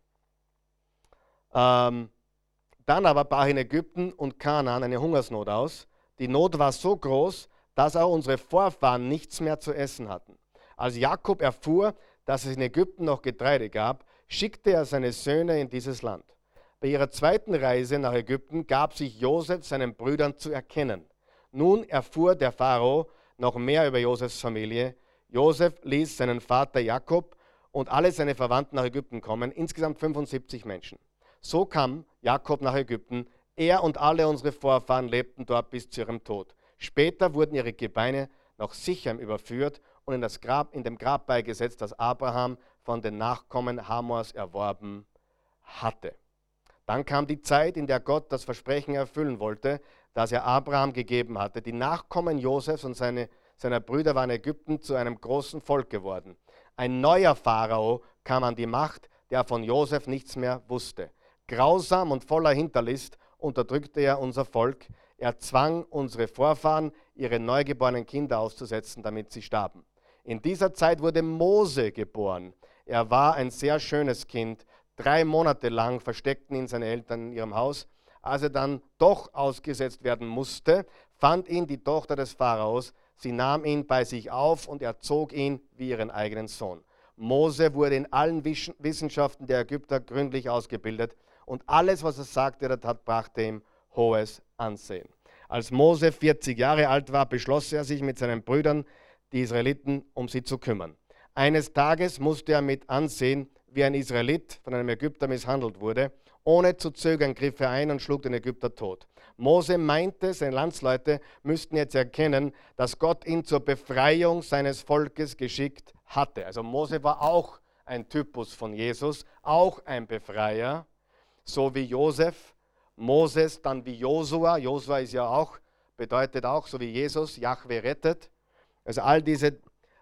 A: Dann aber brach in Ägypten und Kanaan eine Hungersnot aus. Die Not war so groß, dass auch unsere Vorfahren nichts mehr zu essen hatten. Als Jakob erfuhr, dass es in Ägypten noch Getreide gab, schickte er seine Söhne in dieses Land. Bei ihrer zweiten Reise nach Ägypten gab sich Josef seinen Brüdern zu erkennen. Nun erfuhr der Pharao noch mehr über Josefs Familie. Josef ließ seinen Vater Jakob und alle seine Verwandten nach Ägypten kommen, insgesamt 75 Menschen. So kam Jakob nach Ägypten. Er und alle unsere Vorfahren lebten dort bis zu ihrem Tod. Später wurden ihre Gebeine nach Sichem überführt und in dem Grab beigesetzt, das Abraham von den Nachkommen Hamors erworben hatte. Dann kam die Zeit, in der Gott das Versprechen erfüllen wollte, das er Abraham gegeben hatte. Die Nachkommen Josefs und seiner Brüder waren in Ägypten zu einem großen Volk geworden. Ein neuer Pharao kam an die Macht, der von Josef nichts mehr wusste. Grausam und voller Hinterlist unterdrückte er unser Volk. Er zwang unsere Vorfahren, ihre neugeborenen Kinder auszusetzen, damit sie starben. In dieser Zeit wurde Mose geboren. Er war ein sehr schönes Kind. 3 Monate lang versteckten ihn seine Eltern in ihrem Haus. Als er dann doch ausgesetzt werden musste, fand ihn die Tochter des Pharaos. Sie nahm ihn bei sich auf und erzog ihn wie ihren eigenen Sohn. Mose wurde in allen Wissenschaften der Ägypter gründlich ausgebildet und alles, was er sagte oder tat, brachte ihm hohes Ansehen. Als Mose 40 Jahre alt war, beschloss er sich mit seinen Brüdern, die Israeliten, um sie zu kümmern. Eines Tages musste er mit ansehen, wie ein Israelit von einem Ägypter misshandelt wurde. Ohne zu zögern griff er ein und schlug den Ägypter tot. Mose meinte, seine Landsleute müssten jetzt erkennen, dass Gott ihn zur Befreiung seines Volkes geschickt hatte. Also Mose war auch ein Typus von Jesus, auch ein Befreier, so wie Josef. Moses dann wie Josua. Josua ist ja auch, bedeutet auch, so wie Jesus, Jahwe rettet. Also all diese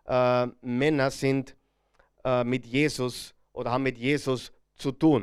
A: Männer sind mit Jesus oder haben mit Jesus zu tun.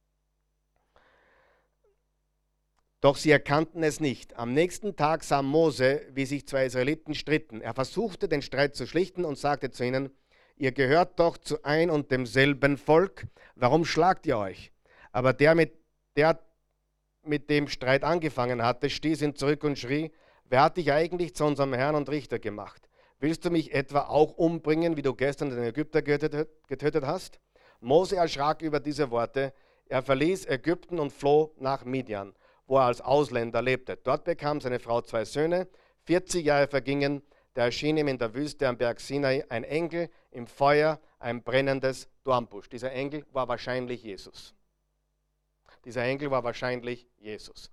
A: Doch sie erkannten es nicht. Am nächsten Tag sah Mose, wie sich 2 Israeliten stritten. Er versuchte, den Streit zu schlichten und sagte zu ihnen: Ihr gehört doch zu ein und demselben Volk. Warum schlagt ihr euch? Aber der mit dem Streit angefangen hatte, stieß ihn zurück und schrie: Wer hat dich eigentlich zu unserem Herrn und Richter gemacht? Willst du mich etwa auch umbringen, wie du gestern den Ägypter getötet hast? Mose erschrak über diese Worte. Er verließ Ägypten und floh nach Midian, wo er als Ausländer lebte. Dort bekam seine Frau 2 Söhne. 40 Jahre vergingen, da erschien ihm in der Wüste am Berg Sinai ein Engel im Feuer, ein brennendes Dornbusch. Dieser Engel war wahrscheinlich Jesus. Dieser Engel war wahrscheinlich Jesus.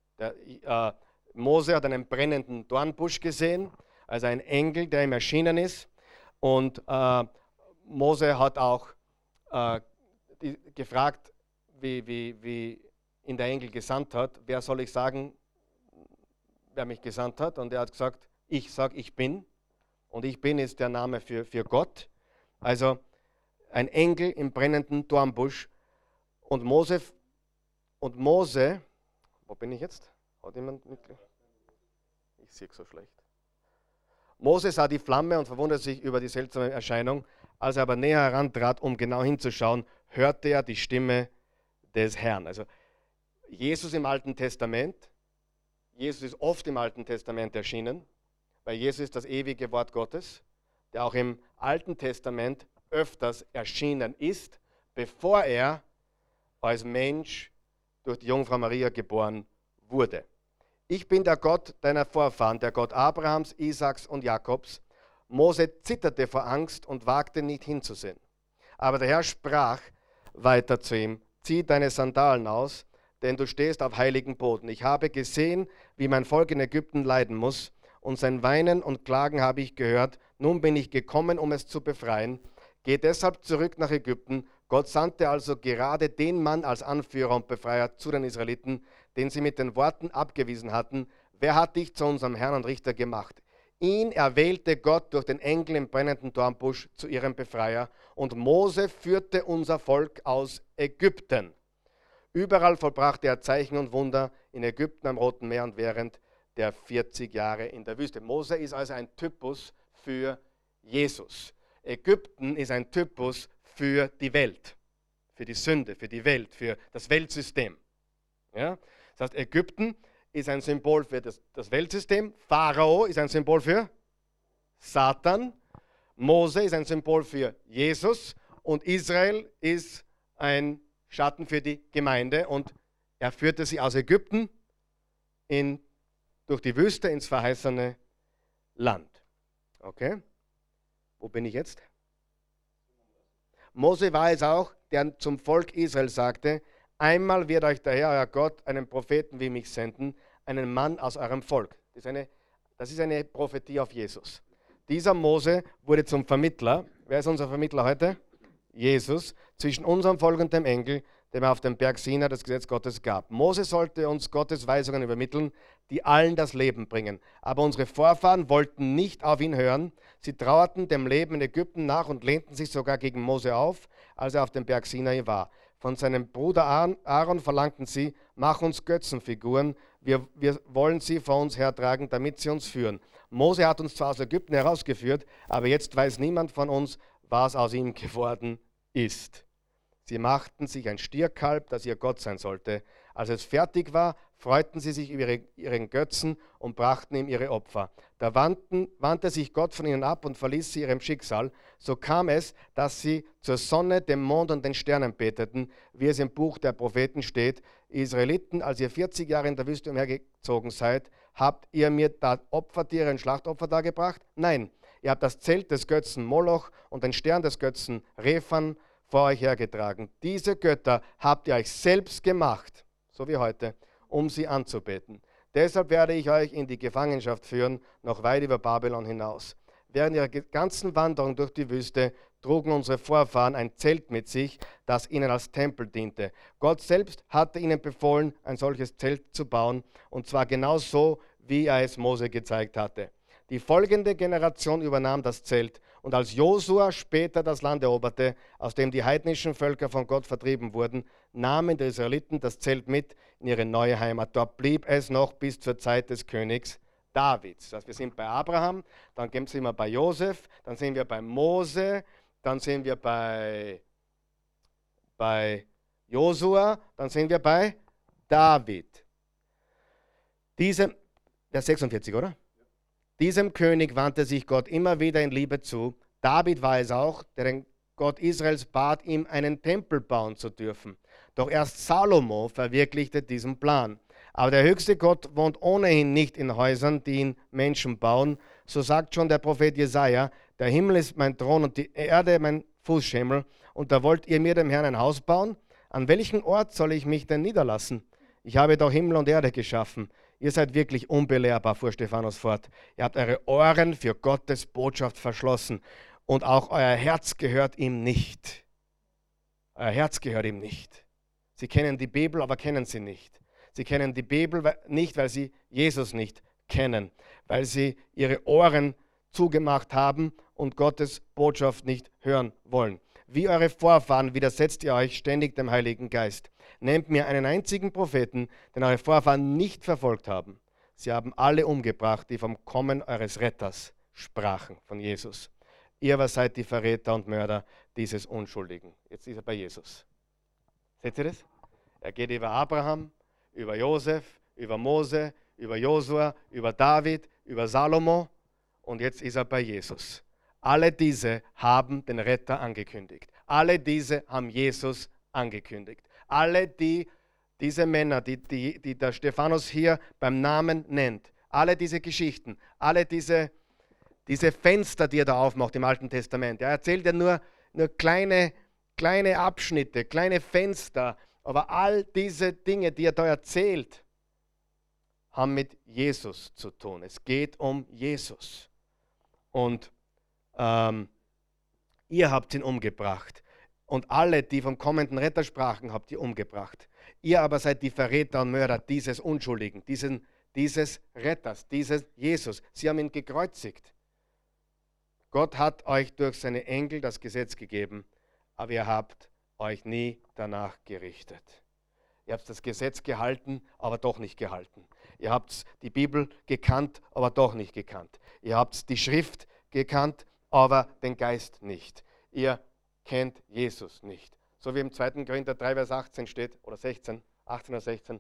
A: Mose hat einen brennenden Dornbusch gesehen, also ein Engel, der ihm erschienen ist. Und Mose hat auch gefragt, wie ihn der Engel gesandt hat. Wer soll ich sagen, wer mich gesandt hat? Und er hat gesagt, ich sage, ich bin. Und ich bin ist der Name für Gott. Also ein Engel im brennenden Dornbusch. Und Mose, wo bin ich jetzt? Hat jemand mitgekriegt? Ich sehe so schlecht. Mose sah die Flamme und verwunderte sich über die seltsame Erscheinung. Als er aber näher herantrat, um genau hinzuschauen, hörte er die Stimme des Herrn. Also Jesus im Alten Testament, Jesus ist oft im Alten Testament erschienen, weil Jesus ist das ewige Wort Gottes, der auch im Alten Testament öfters erschienen ist, bevor er als Mensch durch die Jungfrau Maria geboren wurde. Ich bin der Gott deiner Vorfahren, der Gott Abrahams, Isaaks und Jakobs. Mose zitterte vor Angst und wagte nicht hinzusehen. Aber der Herr sprach weiter zu ihm, zieh deine Sandalen aus, denn du stehst auf heiligen Boden. Ich habe gesehen, wie mein Volk in Ägypten leiden muss, und sein Weinen und Klagen habe ich gehört. Nun bin ich gekommen, um es zu befreien. Geh deshalb zurück nach Ägypten. Gott sandte also gerade den Mann als Anführer und Befreier zu den Israeliten, den sie mit den Worten abgewiesen hatten, wer hat dich zu unserem Herrn und Richter gemacht? Ihn erwählte Gott durch den Engel im brennenden Dornbusch zu ihrem Befreier, und Mose führte unser Volk aus Ägypten. Überall vollbrachte er Zeichen und Wunder, in Ägypten am Roten Meer und während der 40 Jahre in der Wüste. Mose ist also ein Typus für Jesus. Ägypten ist ein Typus für die Welt, für die Sünde, für die Welt, für das Weltsystem. Ja? Das heißt, Ägypten ist ein Symbol für das Weltsystem, Pharao ist ein Symbol für Satan, Mose ist ein Symbol für Jesus und Israel ist ein Schatten für die Gemeinde, und er führte sie aus Ägypten durch die Wüste ins verheißene Land. Okay, wo bin ich jetzt? Mose war es auch, der zum Volk Israel sagte, einmal wird euch der Herr, euer Gott, einen Propheten wie mich senden, einen Mann aus eurem Volk. Das ist eine Prophetie auf Jesus. Dieser Mose wurde zum Vermittler. Wer ist unser Vermittler heute? Jesus, zwischen unserem Volk und dem Engel, dem er auf dem Berg Sinai das Gesetz Gottes gab. Mose sollte uns Gottes Weisungen übermitteln, die allen das Leben bringen. Aber unsere Vorfahren wollten nicht auf ihn hören. Sie trauerten dem Leben in Ägypten nach und lehnten sich sogar gegen Mose auf, als er auf dem Berg Sinai war. Von seinem Bruder Aaron verlangten sie, mach uns Götzenfiguren, wir wollen sie vor uns hertragen, damit sie uns führen. Mose hat uns zwar aus Ägypten herausgeführt, aber jetzt weiß niemand von uns, was aus ihm geworden ist. Sie machten sich ein Stierkalb, das ihr Gott sein sollte. Als es fertig war, freuten sie sich über ihren Götzen und brachten ihm ihre Opfer. Da wandte sich Gott von ihnen ab und verließ sie ihrem Schicksal. So kam es, dass sie zur Sonne, dem Mond und den Sternen beteten, wie es im Buch der Propheten steht. Israeliten, als ihr 40 Jahre in der Wüste umhergezogen seid, habt ihr mir da Opfertiere und Schlachtopfer dargebracht? Nein, ihr habt das Zelt des Götzen Moloch und den Stern des Götzen Rephan vor euch hergetragen. Diese Götter habt ihr euch selbst gemacht, so wie heute, um sie anzubeten. Deshalb werde ich euch in die Gefangenschaft führen, noch weit über Babylon hinaus. Während ihrer ganzen Wanderung durch die Wüste trugen unsere Vorfahren ein Zelt mit sich, das ihnen als Tempel diente. Gott selbst hatte ihnen befohlen, ein solches Zelt zu bauen, und zwar genau so, wie er es Mose gezeigt hatte. Die folgende Generation übernahm das Zelt, und als Josua später das Land eroberte, aus dem die heidnischen Völker von Gott vertrieben wurden, nahmen die Israeliten das Zelt mit in ihre neue Heimat. Dort blieb es noch bis zur Zeit des Königs Davids. Das heißt, wir sind bei Abraham, dann sind wir bei Josef, dann sind wir bei Mose, dann sind wir bei Josua, dann sind wir bei David. Der 46, oder? Diesem König wandte sich Gott immer wieder in Liebe zu. David war es auch, der den Gott Israels bat, ihm einen Tempel bauen zu dürfen. Doch erst Salomo verwirklichte diesen Plan. Aber der höchste Gott wohnt ohnehin nicht in Häusern, die ihn Menschen bauen. So sagt schon der Prophet Jesaja: Der Himmel ist mein Thron und die Erde mein Fußschemel. Und da wollt ihr mir, dem Herrn, ein Haus bauen? An welchen Ort soll ich mich denn niederlassen? Ich habe doch Himmel und Erde geschaffen. Ihr seid wirklich unbelehrbar, fuhr Stephanus fort. Ihr habt eure Ohren für Gottes Botschaft verschlossen und auch euer Herz gehört ihm nicht. Euer Herz gehört ihm nicht. Sie kennen die Bibel, aber kennen sie nicht. Sie kennen die Bibel nicht, weil sie Jesus nicht kennen, weil sie ihre Ohren zugemacht haben und Gottes Botschaft nicht hören wollen. Wie eure Vorfahren widersetzt ihr euch ständig dem Heiligen Geist. Nehmt mir einen einzigen Propheten, den eure Vorfahren nicht verfolgt haben. Sie haben alle umgebracht, die vom Kommen eures Retters sprachen, von Jesus. Ihr aber seid die Verräter und Mörder dieses Unschuldigen. Jetzt ist er bei Jesus. Seht ihr das? Er geht über Abraham, über Josef, über Mose, über Josua, über David, über Salomo und jetzt ist er bei Jesus. Alle diese haben den Retter angekündigt. Alle diese haben Jesus angekündigt. Alle diese Männer, die der Stephanus hier beim Namen nennt, alle diese Geschichten, alle diese Fenster, die er da aufmacht im Alten Testament. Er erzählt ja nur kleine Abschnitte, kleine Fenster, aber all diese Dinge, die er da erzählt, haben mit Jesus zu tun. Es geht um Jesus. Und ihr habt ihn umgebracht. Und alle, die vom kommenden Retter sprachen, habt ihr umgebracht. Ihr aber seid die Verräter und Mörder dieses Unschuldigen, dieses Retters, dieses Jesus. Sie haben ihn gekreuzigt. Gott hat euch durch seine Engel das Gesetz gegeben, aber ihr habt euch nie danach gerichtet. Ihr habt das Gesetz gehalten, aber doch nicht gehalten. Ihr habt die Bibel gekannt, aber doch nicht gekannt. Ihr habt die Schrift gekannt, aber den Geist nicht. Ihr kennt Jesus nicht. So wie im 2. Korinther 3, Vers 18 steht, oder 16, 18 oder 16,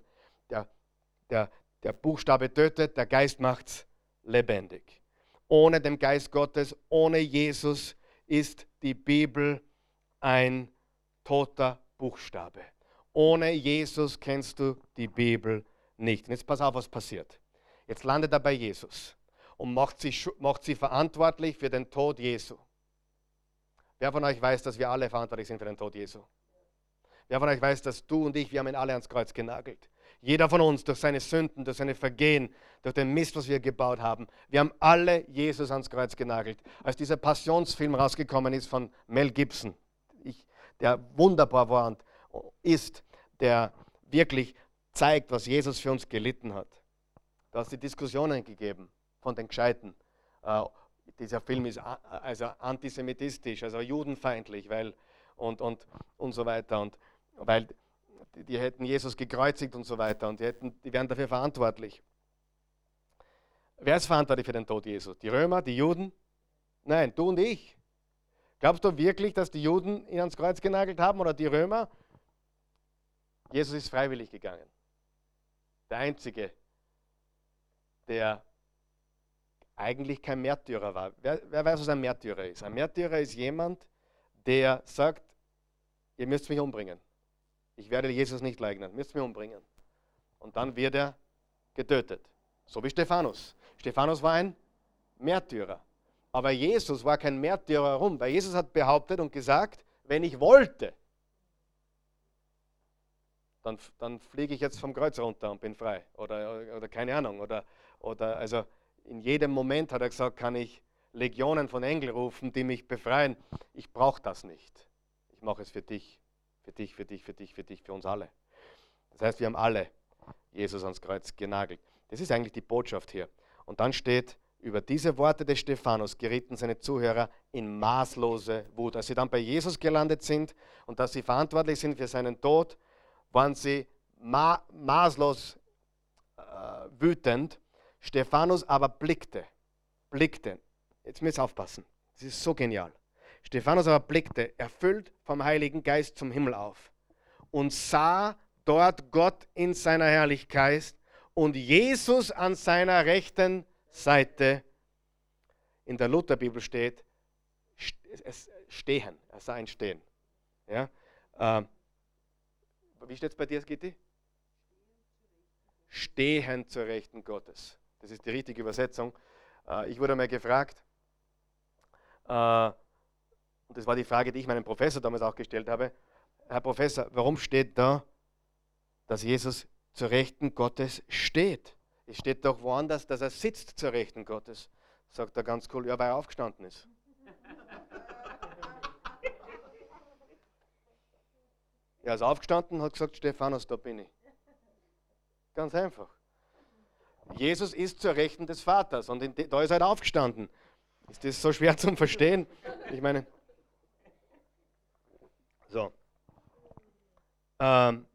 A: der Buchstabe tötet, der Geist macht's lebendig. Ohne den Geist Gottes, ohne Jesus ist die Bibel ein toter Buchstabe. Ohne Jesus kennst du die Bibel nicht. Und jetzt pass auf, was passiert. Jetzt landet er bei Jesus und macht sie verantwortlich für den Tod Jesu. Wer von euch weiß, dass wir alle verantwortlich sind für den Tod Jesu? Wer von euch weiß, dass du und ich, wir haben ihn alle ans Kreuz genagelt. Jeder von uns durch seine Sünden, durch seine Vergehen, durch den Mist, was wir gebaut haben. Wir haben alle Jesus ans Kreuz genagelt. Als dieser Passionsfilm rausgekommen ist von Mel Gibson, der wunderbar war und ist, der wirklich zeigt, was Jesus für uns gelitten hat. Da hat es die Diskussionen gegeben von den Gescheiten. Dieser Film ist also antisemitistisch, also judenfeindlich, und so weiter. Und weil die hätten Jesus gekreuzigt und so weiter und die wären dafür verantwortlich. Wer ist verantwortlich für den Tod Jesu? Die Römer, die Juden? Nein, du und ich. Glaubst du wirklich, dass die Juden ihn ans Kreuz genagelt haben oder die Römer? Jesus ist freiwillig gegangen. Der Einzige, der eigentlich kein Märtyrer war. Wer weiß, was ein Märtyrer ist? Ein Märtyrer ist jemand, der sagt, ihr müsst mich umbringen. Ich werde Jesus nicht leugnen, müsst mich umbringen. Und dann wird er getötet. So wie Stephanus. Stephanus war ein Märtyrer. Aber Jesus war kein Märtyrer. Warum? Weil Jesus hat behauptet und gesagt, wenn ich wollte, dann fliege ich jetzt vom Kreuz runter und bin frei. Oder keine Ahnung. Oder also in jedem Moment hat er gesagt, kann ich Legionen von Engeln rufen, die mich befreien. Ich brauche das nicht. Ich mache es für dich. Für dich, für dich, für dich, für dich, für uns alle. Das heißt, wir haben alle Jesus ans Kreuz genagelt. Das ist eigentlich die Botschaft hier. Und dann steht, über diese Worte des Stephanus gerieten seine Zuhörer in maßlose Wut. Als sie dann bei Jesus gelandet sind und dass sie verantwortlich sind für seinen Tod, waren sie maßlos wütend. Stephanus aber blickte. Jetzt müsst ihr aufpassen. Das ist so genial. Stephanus aber blickte, erfüllt vom Heiligen Geist, zum Himmel auf und sah dort Gott in seiner Herrlichkeit und Jesus an seiner rechten Seite. In der Lutherbibel steht stehen. Er sah ihn stehen. Ja? Wie steht es bei dir, Gitti? stehen zur Rechten Gottes. Das ist die richtige Übersetzung. Ich wurde mal gefragt, und das war die Frage, die ich meinem Professor damals auch gestellt habe: Herr Professor, warum steht da, dass Jesus zur Rechten Gottes steht? Es steht doch woanders, dass er sitzt zur Rechten Gottes. Sagt er ganz cool: ja, weil er aufgestanden ist. Er ist aufgestanden und hat gesagt: Stephanus, da bin ich. Ganz einfach. Jesus ist zur Rechten des Vaters und da ist er halt aufgestanden. Ist das so schwer zu verstehen? Ich meine, so. Da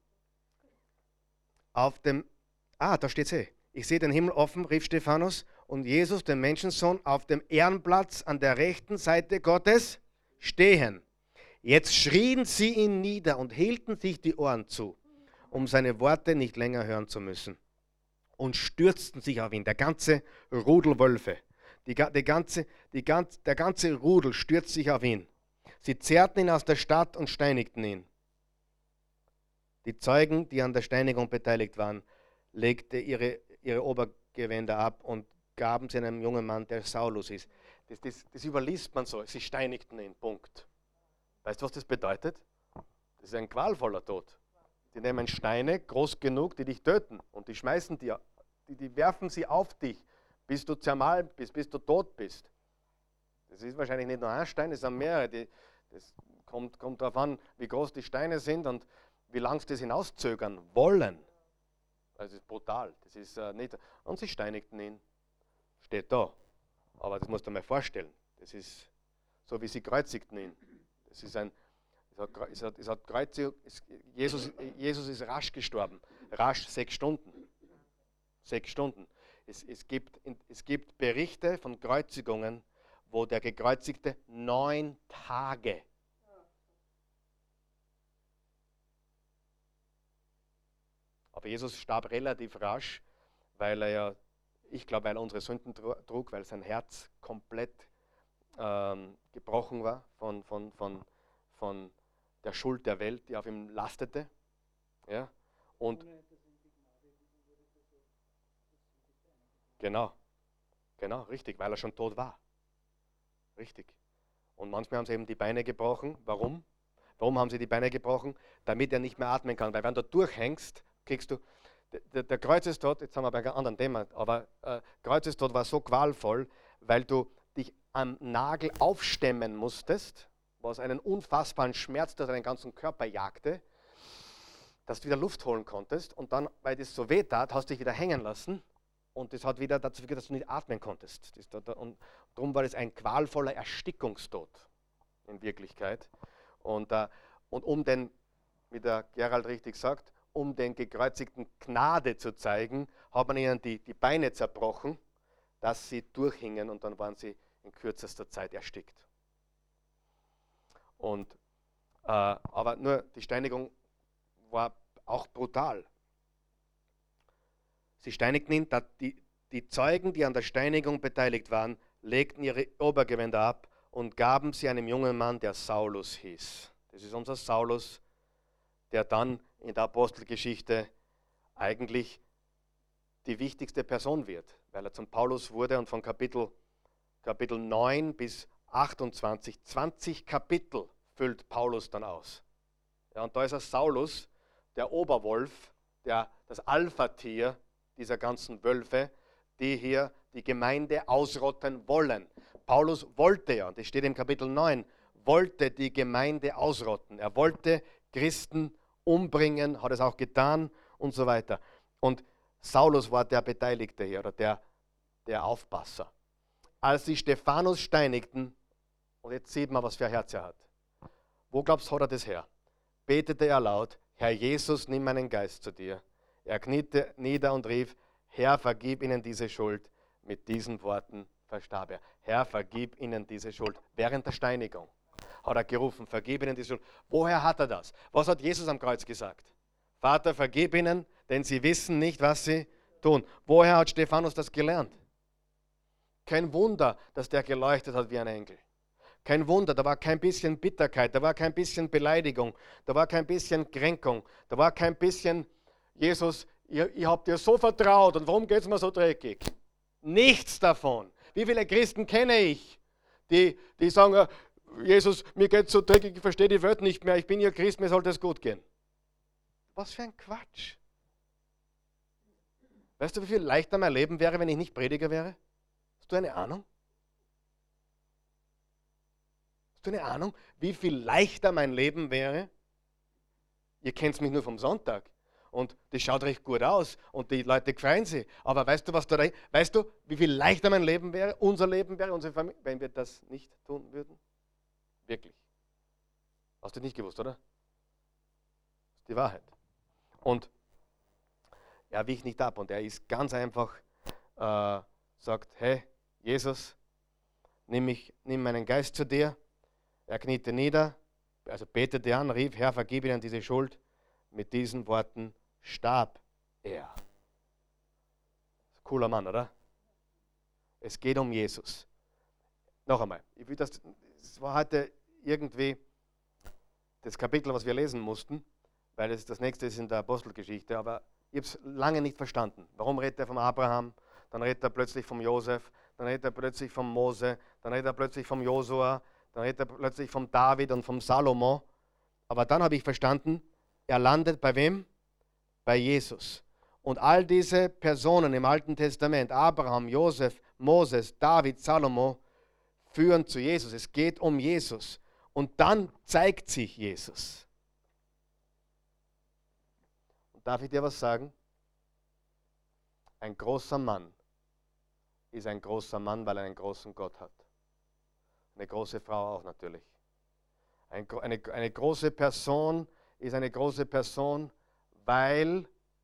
A: steht es. Ich sehe den Himmel offen, rief Stephanus, und Jesus, den Menschensohn, auf dem Ehrenplatz an der rechten Seite Gottes stehen. Jetzt schrien sie ihn nieder und hielten sich die Ohren zu, um seine Worte nicht länger hören zu müssen, und stürzten sich auf ihn, der ganze Rudel Wölfe. Der ganze Rudel stürzt sich auf ihn. Sie zerrten ihn aus der Stadt und steinigten ihn. Die Zeugen, die an der Steinigung beteiligt waren, legten ihre Obergewänder ab und gaben sie einem jungen Mann, der Saulus ist. Das überliest man so. Sie steinigten ihn, Punkt. Weißt du, was das bedeutet? Das ist ein qualvoller Tod. Die nehmen Steine, groß genug, die dich töten, und die schmeißen dir, die werfen sie auf dich, bis du zermahlen bist, bis du tot bist. Das ist wahrscheinlich nicht nur ein Stein, es sind mehrere. Das kommt darauf an, wie groß die Steine sind und wie lange sie das hinauszögern wollen. Das ist brutal. Das ist nicht. Und sie steinigten ihn. Steht da. Aber das musst du dir mal vorstellen. Das ist so, wie sie kreuzigten ihn. Das ist Jesus ist rasch gestorben. Rasch 6 Stunden. 6 Stunden. Es gibt Berichte von Kreuzigungen, wo der Gekreuzigte 9 Tage. Aber Jesus starb relativ rasch, weil er unsere Sünden trug, weil sein Herz komplett gebrochen war von der Schuld der Welt, die auf ihm lastete. Ja? Und genau, richtig, weil er schon tot war. Richtig. Und manchmal haben sie eben die Beine gebrochen. Warum? Warum haben sie die Beine gebrochen? Damit er nicht mehr atmen kann. Weil wenn du durchhängst, kriegst du, der Kreuzestod, jetzt sind wir bei einem anderen Thema, aber Kreuzestod war so qualvoll, weil du dich am Nagel aufstemmen musstest, was einen unfassbaren Schmerz durch deinen ganzen Körper jagte, dass du wieder Luft holen konntest, und dann, weil das so weh tat, hast du dich wieder hängen lassen, und das hat wieder dazu geführt, dass du nicht atmen konntest. Und darum war das ein qualvoller Erstickungstod in Wirklichkeit. Und um den, wie der Gerald richtig sagt, um den Gekreuzigten Gnade zu zeigen, hat man ihnen die Beine zerbrochen, dass sie durchhingen, und dann waren sie in kürzester Zeit erstickt. Aber nur die Steinigung war auch brutal. Sie steinigten ihn, die Zeugen, die an der Steinigung beteiligt waren, legten ihre Obergewänder ab und gaben sie einem jungen Mann, der Saulus hieß. Das ist unser Saulus, der dann in der Apostelgeschichte eigentlich die wichtigste Person wird, weil er zum Paulus wurde und von Kapitel 9 bis 28, 20 Kapitel füllt Paulus dann aus. Ja, und da ist er Saulus, der Oberwolf, das Alpha-Tier dieser ganzen Wölfe, die hier die Gemeinde ausrotten wollen. Paulus wollte ja, und das steht im Kapitel 9, wollte die Gemeinde ausrotten. Er wollte Christen umbringen, hat es auch getan und so weiter. Und Saulus war der Beteiligte hier, oder der Aufpasser. Als sie Stephanus steinigten, und jetzt sieht man, was für ein Herz er hat. Wo glaubst du, hat er das her? Betete er laut: Herr Jesus, nimm meinen Geist zu dir. Er kniete nieder und rief: Herr, vergib ihnen diese Schuld. Mit diesen Worten verstarb er. Herr, vergib ihnen diese Schuld. Während der Steinigung hat er gerufen: Vergib ihnen diese Schuld. Woher hat er das? Was hat Jesus am Kreuz gesagt? Vater, vergib ihnen, denn sie wissen nicht, was sie tun. Woher hat Stephanus das gelernt? Kein Wunder, dass der geleuchtet hat wie ein Engel. Kein Wunder, da war kein bisschen Bitterkeit, da war kein bisschen Beleidigung, da war kein bisschen Kränkung, da war kein bisschen: Jesus, ich habe dir so vertraut und warum geht es mir so dreckig? Nichts davon. Wie viele Christen kenne ich, die sagen, Jesus, mir geht es so dreckig, ich verstehe die Welt nicht mehr, ich bin ja Christ, mir sollte es gut gehen. Was für ein Quatsch. Weißt du, wie viel leichter mein Leben wäre, wenn ich nicht Prediger wäre? Hast du eine Ahnung? Hast du eine Ahnung, wie viel leichter mein Leben wäre? Ihr kennt mich nur vom Sonntag. Und das schaut recht gut aus und die Leute freuen sich. Aber weißt du, weißt du, wie viel leichter mein Leben wäre, unser Leben wäre, unsere Familie, wenn wir das nicht tun würden? Wirklich. Hast du nicht gewusst, oder? Das ist die Wahrheit. Und er wicht nicht ab und er ist ganz einfach, sagt, hey, Jesus, nimm meinen Geist zu dir. Er kniete nieder, also betete an, rief, Herr, vergib ihnen diese Schuld. Mit diesen Worten starb er. Cooler Mann, oder? Es geht um Jesus. Noch einmal, es war heute irgendwie das Kapitel, was wir lesen mussten, weil das nächste ist in der Apostelgeschichte, aber ich habe es lange nicht verstanden. Warum redet er vom Abraham, dann redet er plötzlich vom Josef, dann redet er plötzlich vom Mose, dann redet er plötzlich vom Josua, dann redet er plötzlich vom David und vom Salomo. Aber dann habe ich verstanden, er landet bei wem? Bei Jesus. Und all diese Personen im Alten Testament, Abraham, Josef, Moses, David, Salomo, führen zu Jesus. Es geht um Jesus. Und dann zeigt sich Jesus. Und darf ich dir was sagen? Ein großer Mann ist ein großer Mann, weil er einen großen Gott hat. Eine große Frau auch natürlich. Eine große Person ist eine große Person, weil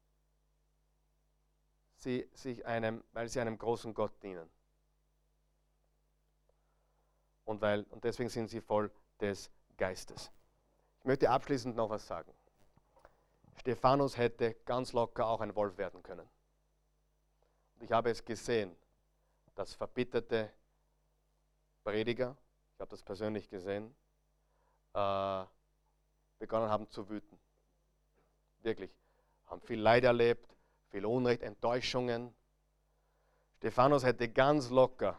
A: sie einem großen Gott dienen. Und deswegen sind sie voll des Geistes. Ich möchte abschließend noch was sagen. Stephanus hätte ganz locker auch ein Wolf werden können. Und ich habe es gesehen, dass verbitterte Prediger, ich habe das persönlich gesehen, begonnen haben zu wüten. Wirklich. Haben viel Leid erlebt, viel Unrecht, Enttäuschungen. Stephanus hätte ganz locker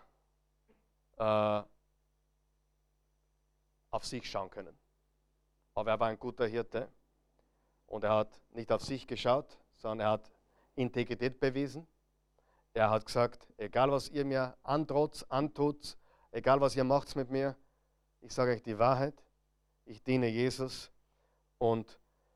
A: auf sich schauen können. Aber er war ein guter Hirte und er hat nicht auf sich geschaut, sondern er hat Integrität bewiesen. Er hat gesagt, egal was ihr mir antut, egal was ihr macht mit mir, ich sage euch die Wahrheit, ich diene Jesus und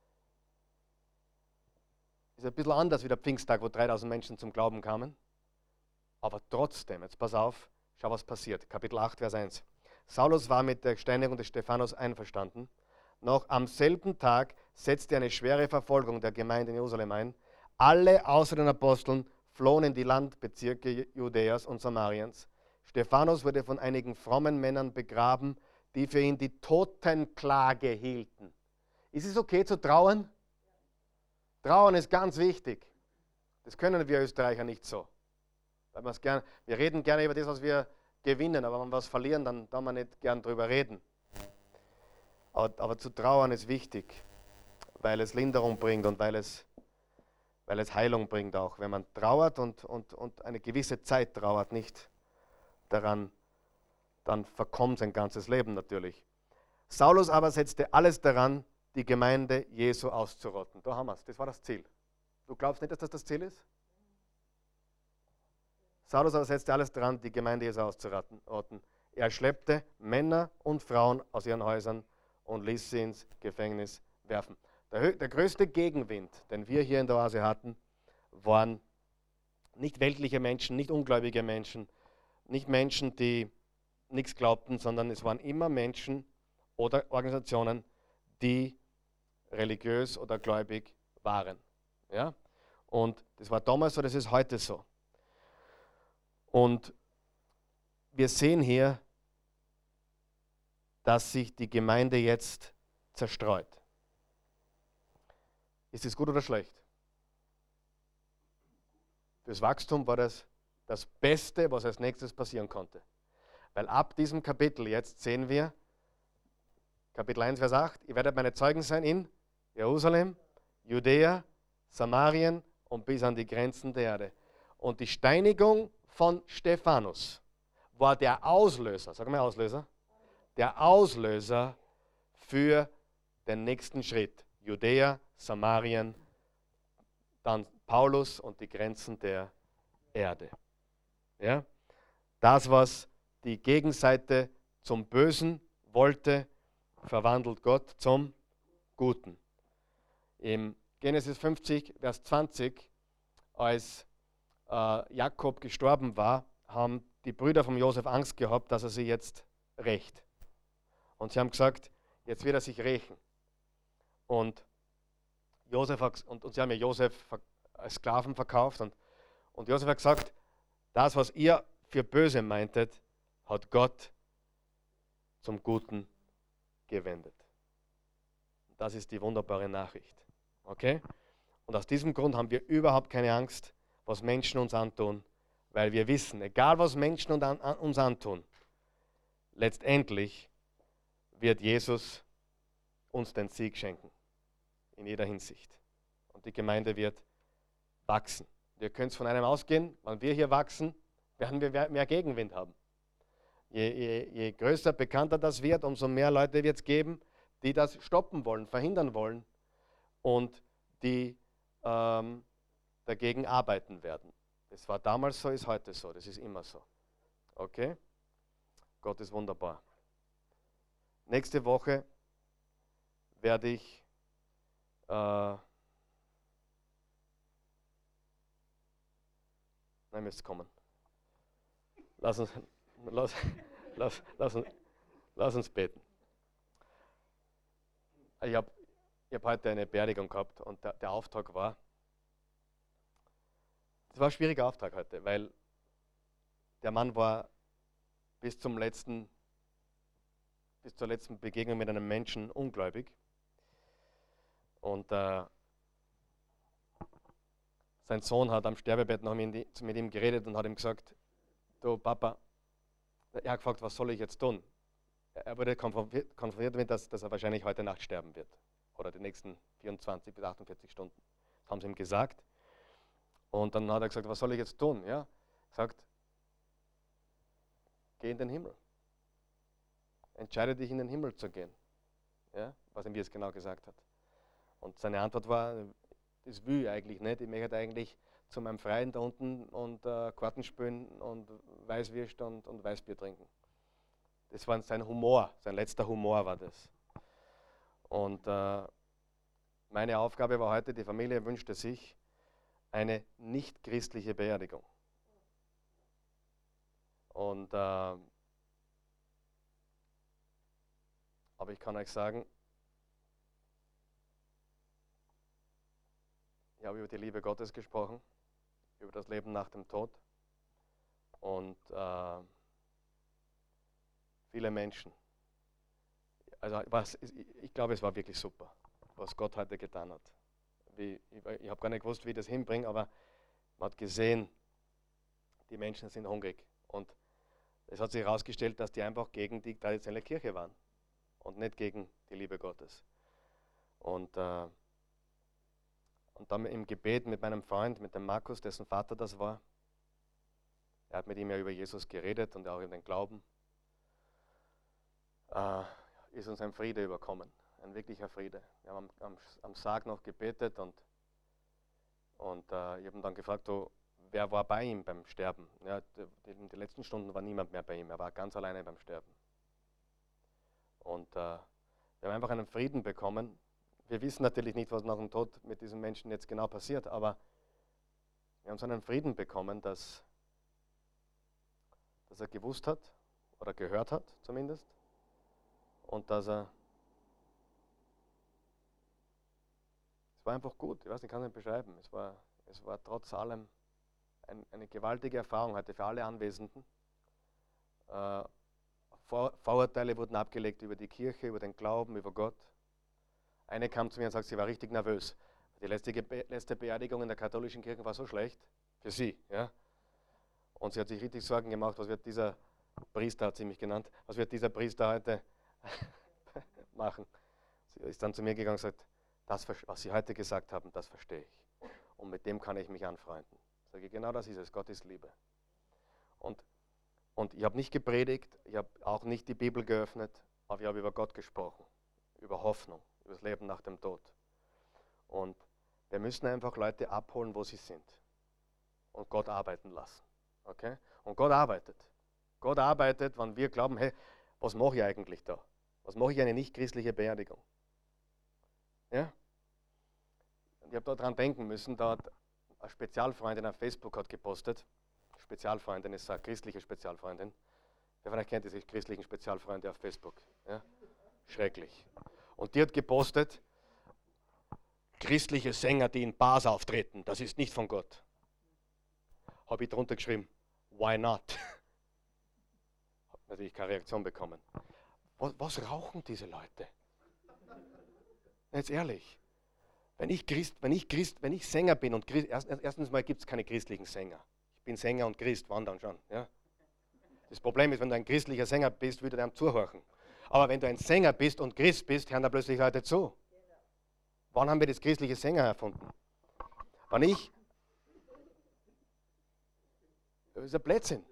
A: ist ein bisschen anders wie der Pfingsttag, wo 3000 Menschen zum Glauben kamen. Aber trotzdem, jetzt pass auf, schau was passiert. Kapitel 8, Vers 1. Saulus war mit der Steinigung des Stephanus einverstanden. Noch am selben Tag setzte eine schwere Verfolgung der Gemeinde in Jerusalem ein. Alle außer den Aposteln flohen in die Landbezirke Judäas und Samariens. Stephanus wurde von einigen frommen Männern begraben, die für ihn die Totenklage hielten. Ist es okay zu trauern? Trauern ist ganz wichtig. Das können wir Österreicher nicht so. Weil wir reden gerne über das, was wir gewinnen, aber wenn wir was verlieren, dann darf man nicht gern drüber reden. Aber zu trauern ist wichtig, weil es Linderung bringt und weil es Heilung bringt auch. Wenn man trauert und eine gewisse Zeit trauert, nicht daran, dann verkommt sein ganzes Leben natürlich. Saulus aber setzte alles daran, die Gemeinde Jesu auszurotten. Da haben wir es, das war das Ziel. Du glaubst nicht, dass das Ziel ist? Saulus aber setzte alles daran, die Gemeinde Jesu auszurotten. Er schleppte Männer und Frauen aus ihren Häusern und ließ sie ins Gefängnis werfen. Der größte Gegenwind, den wir hier in der Oase hatten, waren nicht weltliche Menschen, nicht ungläubige Menschen, nicht Menschen, die nichts glaubten, sondern es waren immer Menschen oder Organisationen, die religiös oder gläubig waren. Ja? Und das war damals so, das ist heute so. Und wir sehen hier, dass sich die Gemeinde jetzt zerstreut. Ist das gut oder schlecht? Fürs Wachstum war das das Beste, was als nächstes passieren konnte. Weil ab diesem Kapitel jetzt sehen wir, Kapitel 1, Vers 8, ihr werdet meine Zeugen sein in Jerusalem, Judäa, Samarien und bis an die Grenzen der Erde. Und die Steinigung von Stephanus war der Auslöser, sag mal Auslöser, der Auslöser für den nächsten Schritt. Judäa, Samarien, dann Paulus und die Grenzen der Erde. Ja? Das, was die Gegenseite zum Bösen wollte, verwandelt Gott zum Guten. Im Genesis 50, Vers 20, als Jakob gestorben war, haben die Brüder von Josef Angst gehabt, dass er sie jetzt rächt. Und sie haben gesagt, jetzt wird er sich rächen. Und sie haben ja Josef als Sklaven verkauft. Und Josef hat gesagt, das, was ihr für böse meintet, hat Gott zum Guten gewendet. Das ist die wunderbare Nachricht. Okay? Und aus diesem Grund haben wir überhaupt keine Angst, was Menschen uns antun, weil wir wissen, egal was Menschen uns antun, letztendlich wird Jesus uns den Sieg schenken. In jeder Hinsicht. Und die Gemeinde wird wachsen. Wir können es von einem ausgehen, wenn wir hier wachsen, werden wir mehr Gegenwind haben. Je größer, bekannter das wird, umso mehr Leute wird es geben, die das stoppen wollen, verhindern wollen und die dagegen arbeiten werden. Das war damals so, ist heute so, das ist immer so. Okay? Gott ist wunderbar. Nächste Woche werde ich nein, müsst kommen. Lass uns beten. Ich hab heute eine Beerdigung gehabt und der Auftrag war, das war ein schwieriger Auftrag heute, weil der Mann war bis zur letzten Begegnung mit einem Menschen ungläubig. Und sein Sohn hat am Sterbebett noch mit ihm geredet und hat ihm gesagt, du Papa, er hat gefragt, was soll ich jetzt tun? Er wurde konfrontiert damit, dass er wahrscheinlich heute Nacht sterben wird. Oder die nächsten 24 bis 48 Stunden. Das haben sie ihm gesagt. Und dann hat er gesagt, was soll ich jetzt tun? Ja, er sagt, geh in den Himmel. Entscheide dich, in den Himmel zu gehen. Ja, was ihm jetzt genau gesagt hat. Und seine Antwort war, das will ich eigentlich nicht. Ich möchte eigentlich zu meinem Freien da unten und Karten spielen und Weißwürst und Weißbier trinken. Das war sein Humor, sein letzter Humor war das. Und meine Aufgabe war heute, die Familie wünschte sich eine nicht-christliche Beerdigung. Und aber ich kann euch sagen, ich habe über die Liebe Gottes gesprochen, über das Leben nach dem Tod. Und viele Menschen, also ich glaube, es war wirklich super, was Gott heute getan hat. Ich habe gar nicht gewusst, wie ich das hinbringe, aber man hat gesehen, die Menschen sind hungrig. Und es hat sich herausgestellt, dass die einfach gegen die traditionelle Kirche waren und nicht gegen die Liebe Gottes. Und dann im Gebet mit meinem Freund, mit dem Markus, dessen Vater das war, er hat mit ihm ja über Jesus geredet und auch über den Glauben, ist uns ein Friede überkommen, ein wirklicher Friede. Wir haben am Sarg noch gebetet und ich habe ihn dann gefragt, wer war bei ihm beim Sterben? Ja, in den letzten Stunden war niemand mehr bei ihm, er war ganz alleine beim Sterben. Und wir haben einfach einen Frieden bekommen. Wir wissen natürlich nicht, was nach dem Tod mit diesem Menschen jetzt genau passiert, aber wir haben so einen Frieden bekommen, dass er gewusst hat oder gehört hat zumindest und es war einfach gut. Ich weiß nicht, ich kann es nicht beschreiben. Es war trotz allem eine gewaltige Erfahrung heute für alle Anwesenden. Vorurteile wurden abgelegt über die Kirche, über den Glauben, über Gott. Eine kam zu mir und sagte, sie war richtig nervös. Die letzte Beerdigung in der katholischen Kirche war so schlecht für sie. Ja? Und sie hat sich richtig Sorgen gemacht, was wird dieser Priester, hat sie mich genannt, was wird dieser Priester heute machen. Sie ist dann zu mir gegangen und gesagt, das, was Sie heute gesagt haben, das verstehe ich. und mit dem kann ich mich anfreunden. Sage ich, genau das ist es, Gott ist Liebe. Und ich habe nicht gepredigt, ich habe auch nicht die Bibel geöffnet, aber ich habe über Gott gesprochen, über Hoffnung, über das Leben nach dem Tod. Und wir müssen einfach Leute abholen, wo sie sind und Gott arbeiten lassen. Okay? Und Gott arbeitet. Gott arbeitet, wenn wir glauben, hey, was mache ich eigentlich da? Was mache ich eine nicht-christliche Beerdigung? Ja? Ich habe daran denken müssen, da hat eine Spezialfreundin auf Facebook hat gepostet. Spezialfreundin ist eine christliche Spezialfreundin. Wer vielleicht kennt diese christlichen Spezialfreunde auf Facebook. Ja? Schrecklich. Und die hat gepostet, christliche Sänger, die in Bars auftreten, das ist nicht von Gott. Habe ich drunter geschrieben, why not? Habe natürlich keine Reaktion bekommen. Was rauchen diese Leute? Jetzt ehrlich. Wenn ich Sänger bin und Christ, erstens mal gibt es keine christlichen Sänger. Ich bin Sänger und Christ, wann dann schon. Ja? Das Problem ist, wenn du ein christlicher Sänger bist, würde einem zuhören. Aber wenn du ein Sänger bist und Christ bist, hören da plötzlich Leute zu. Wann haben wir das christliche Sänger erfunden? Das ist ein Blödsinn.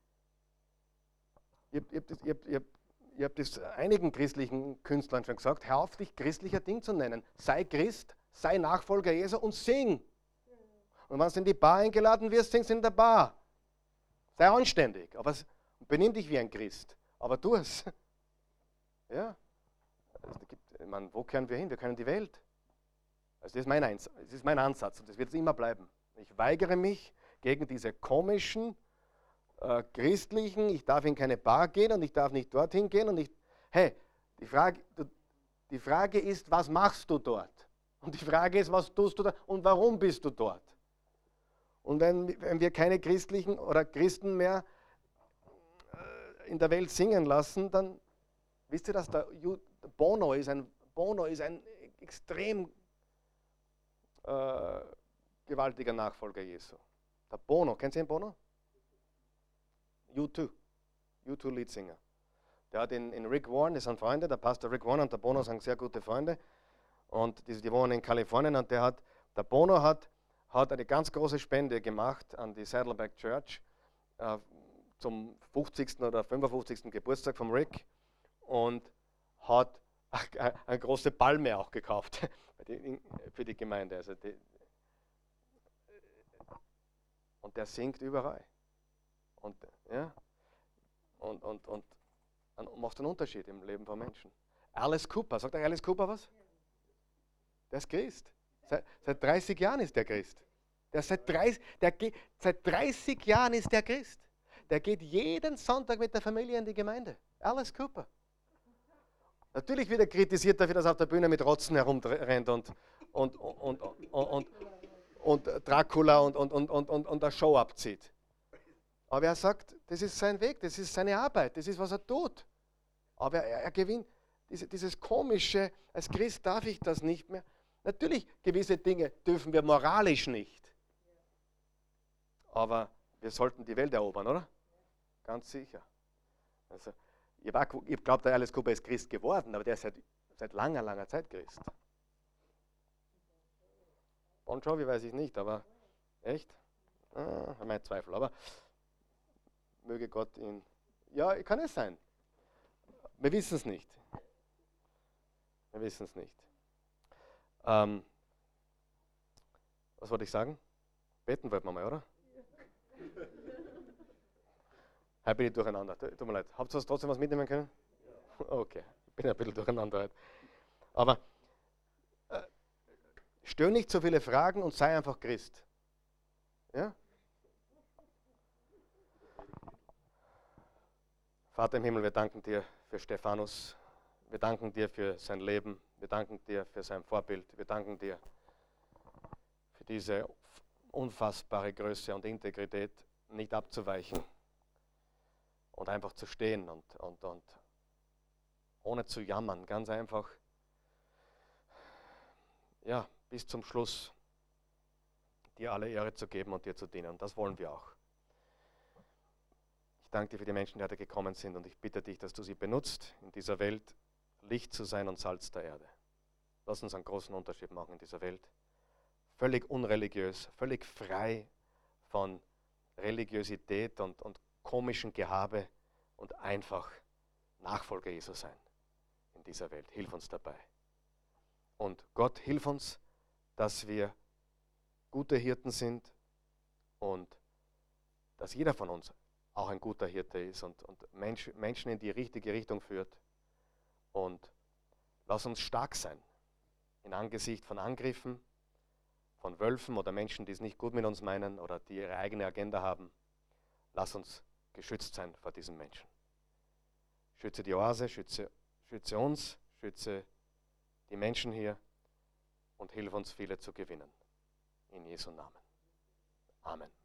A: Ich habe das einigen christlichen Künstlern schon gesagt, hör auf, dich christlicher Ding zu nennen. Sei Christ, sei Nachfolger Jesu und sing. Und wenn du in die Bar eingeladen wirst, singst du in der Bar. Sei anständig, aber benimm dich wie ein Christ. Aber tu es. Ja. Ich meine, wo kehren wir hin? Wir können die Welt. Also das ist mein Ansatz und das wird es immer bleiben. Ich weigere mich gegen diese komischen, christlichen, ich darf in keine Bar gehen und ich darf nicht dorthin gehen und hey, die Frage ist, was machst du dort? Und die Frage ist, was tust du da und warum bist du dort? Und wenn wir keine Christlichen oder Christen mehr in der Welt singen lassen, dann wisst ihr, dass der Bono ist ein extrem gewaltiger Nachfolger Jesu. Der Bono, kennt ihr den Bono? U2 Leadsinger. Der hat in Rick Warren, das sind Freunde, der Pastor Rick Warren und der Bono sind sehr gute Freunde. Und die wohnen in Kalifornien und der Bono hat eine ganz große Spende gemacht an die Saddleback Church zum 50. oder 55. Geburtstag von Rick und hat eine große Palme auch gekauft für die Gemeinde. Also und der singt überall. Und macht einen Unterschied im Leben von Menschen. Alice Cooper, sagt euch Alice Cooper was? Der ist Christ. Seit 30 Jahren ist der Christ. Seit 30 Jahren ist der Christ. Der geht jeden Sonntag mit der Familie in die Gemeinde. Alice Cooper. Natürlich wird er kritisiert dafür, dass er auf der Bühne mit Rotzen herumrennt und Dracula und eine Show abzieht. Aber er sagt, das ist sein Weg, das ist seine Arbeit, das ist, was er tut. Aber er gewinnt dieses Komische, als Christ darf ich das nicht mehr. Natürlich, gewisse Dinge dürfen wir moralisch nicht. Aber wir sollten die Welt erobern, oder? Ganz sicher. Also, ich glaube, der Alice Cooper ist Christ geworden, aber der ist seit langer, langer Zeit Christ. Bon Jovi weiß ich nicht, aber echt? Mein Zweifel, aber möge Gott ihn... Ja, kann es sein. Wir wissen es nicht. Wir wissen es nicht. Was wollte ich sagen? Beten wollten wir mal, oder? Heute bin ich durcheinander. Tut mir leid. Habt ihr trotzdem was mitnehmen können? Okay, ich bin ein bisschen durcheinander heute. Aber stell nicht so viele Fragen und sei einfach Christ. Ja? Vater im Himmel, wir danken dir für Stephanus. Wir danken dir für sein Leben. Wir danken dir für sein Vorbild. Wir danken dir für diese unfassbare Größe und Integrität, nicht abzuweichen und einfach zu stehen und ohne zu jammern, ganz einfach, ja, bis zum Schluss dir alle Ehre zu geben und dir zu dienen. Und das wollen wir auch. Ich danke dir für die Menschen, die heute gekommen sind und ich bitte dich, dass du sie benutzt, in dieser Welt Licht zu sein und Salz der Erde. Lass uns einen großen Unterschied machen in dieser Welt. völlig unreligiös, völlig frei von Religiosität und komischen Gehabe und einfach Nachfolger Jesu sein in dieser Welt. Hilf uns dabei. Und Gott, hilf uns, dass wir gute Hirten sind und dass jeder von uns auch ein guter Hirte ist und Menschen in die richtige Richtung führt. Und lass uns stark sein in Angesicht von Angriffen, von Wölfen oder Menschen, die es nicht gut mit uns meinen oder die ihre eigene Agenda haben. Lass uns geschützt sein vor diesen Menschen. Schütze die Oase, schütze uns, schütze die Menschen hier und hilf uns, viele zu gewinnen. In Jesu Namen. Amen.